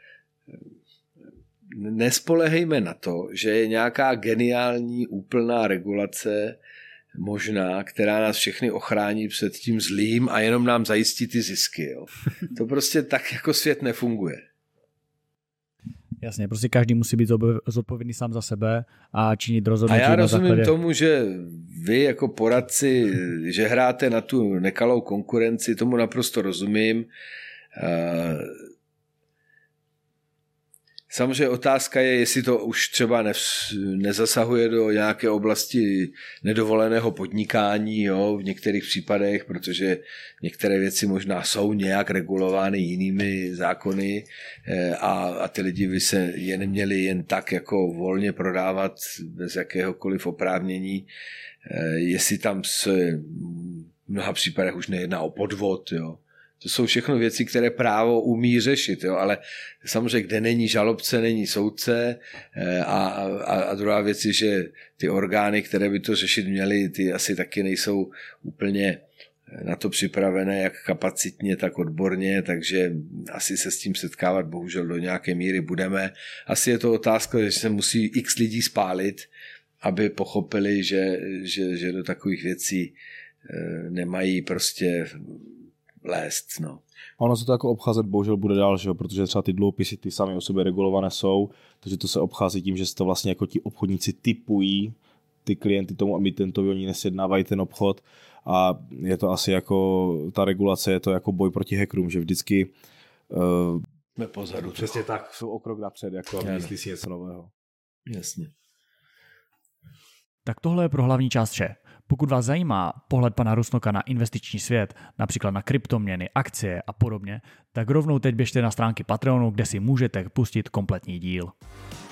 B: Nespolehejme na to, že je nějaká geniální úplná regulace možná, která nás všechny ochrání před tím zlým a jenom nám zajistí ty zisky. Jo. To prostě tak jako svět nefunguje.
A: Jasně, prostě každý musí být zodpovědný sám za sebe a činit rozhodnutí.
B: A já
A: na
B: rozumím
A: základě...
B: tomu, že vy jako poradci, že hráte na tu nekalou konkurenci, tomu naprosto rozumím. Samozřejmě otázka je, jestli to už třeba ne, nezasahuje do nějaké oblasti nedovoleného podnikání, jo, v některých případech, protože některé věci možná jsou nějak regulovány jinými zákony a, a ty lidi by se je neměli jen tak jako volně prodávat bez jakéhokoliv oprávnění, jestli tam se v mnoha případech už nejedná o podvod, jo. To jsou všechno věci, které právo umí řešit, jo? Ale samozřejmě, kde není žalobce, není soudce a, a, a druhá věc je, že ty orgány, které by to řešit měly, ty asi taky nejsou úplně na to připravené, jak kapacitně, tak odborně, takže asi se s tím setkávat bohužel do nějaké míry budeme. Asi je to otázka, že se musí x lidí spálit, aby pochopili, že, že, že do takových věcí nemají prostě lézt, no.
D: Ono se to jako obcházet bohužel bude dál, že jo? Protože třeba ty dluhopisy ty sami o sobě regulované jsou, takže to se obchází tím, že se to vlastně jako ti obchodníci typují ty klienty tomu emitentovi, oni nesjednávají ten obchod a je to asi jako, ta regulace je to jako boj proti hackerům, že vždycky uh,
B: jsme pozadu.
D: Přesně tak, jsou o krok napřed, jako myslí si něco nového.
B: Jasně.
A: Tak tohle je pro hlavní část vše. Pokud vás zajímá pohled pana Rusnoka na investiční svět, například na kryptoměny, akcie a podobně, tak rovnou teď běžte na stránky Patreonu, kde si můžete pustit kompletní díl.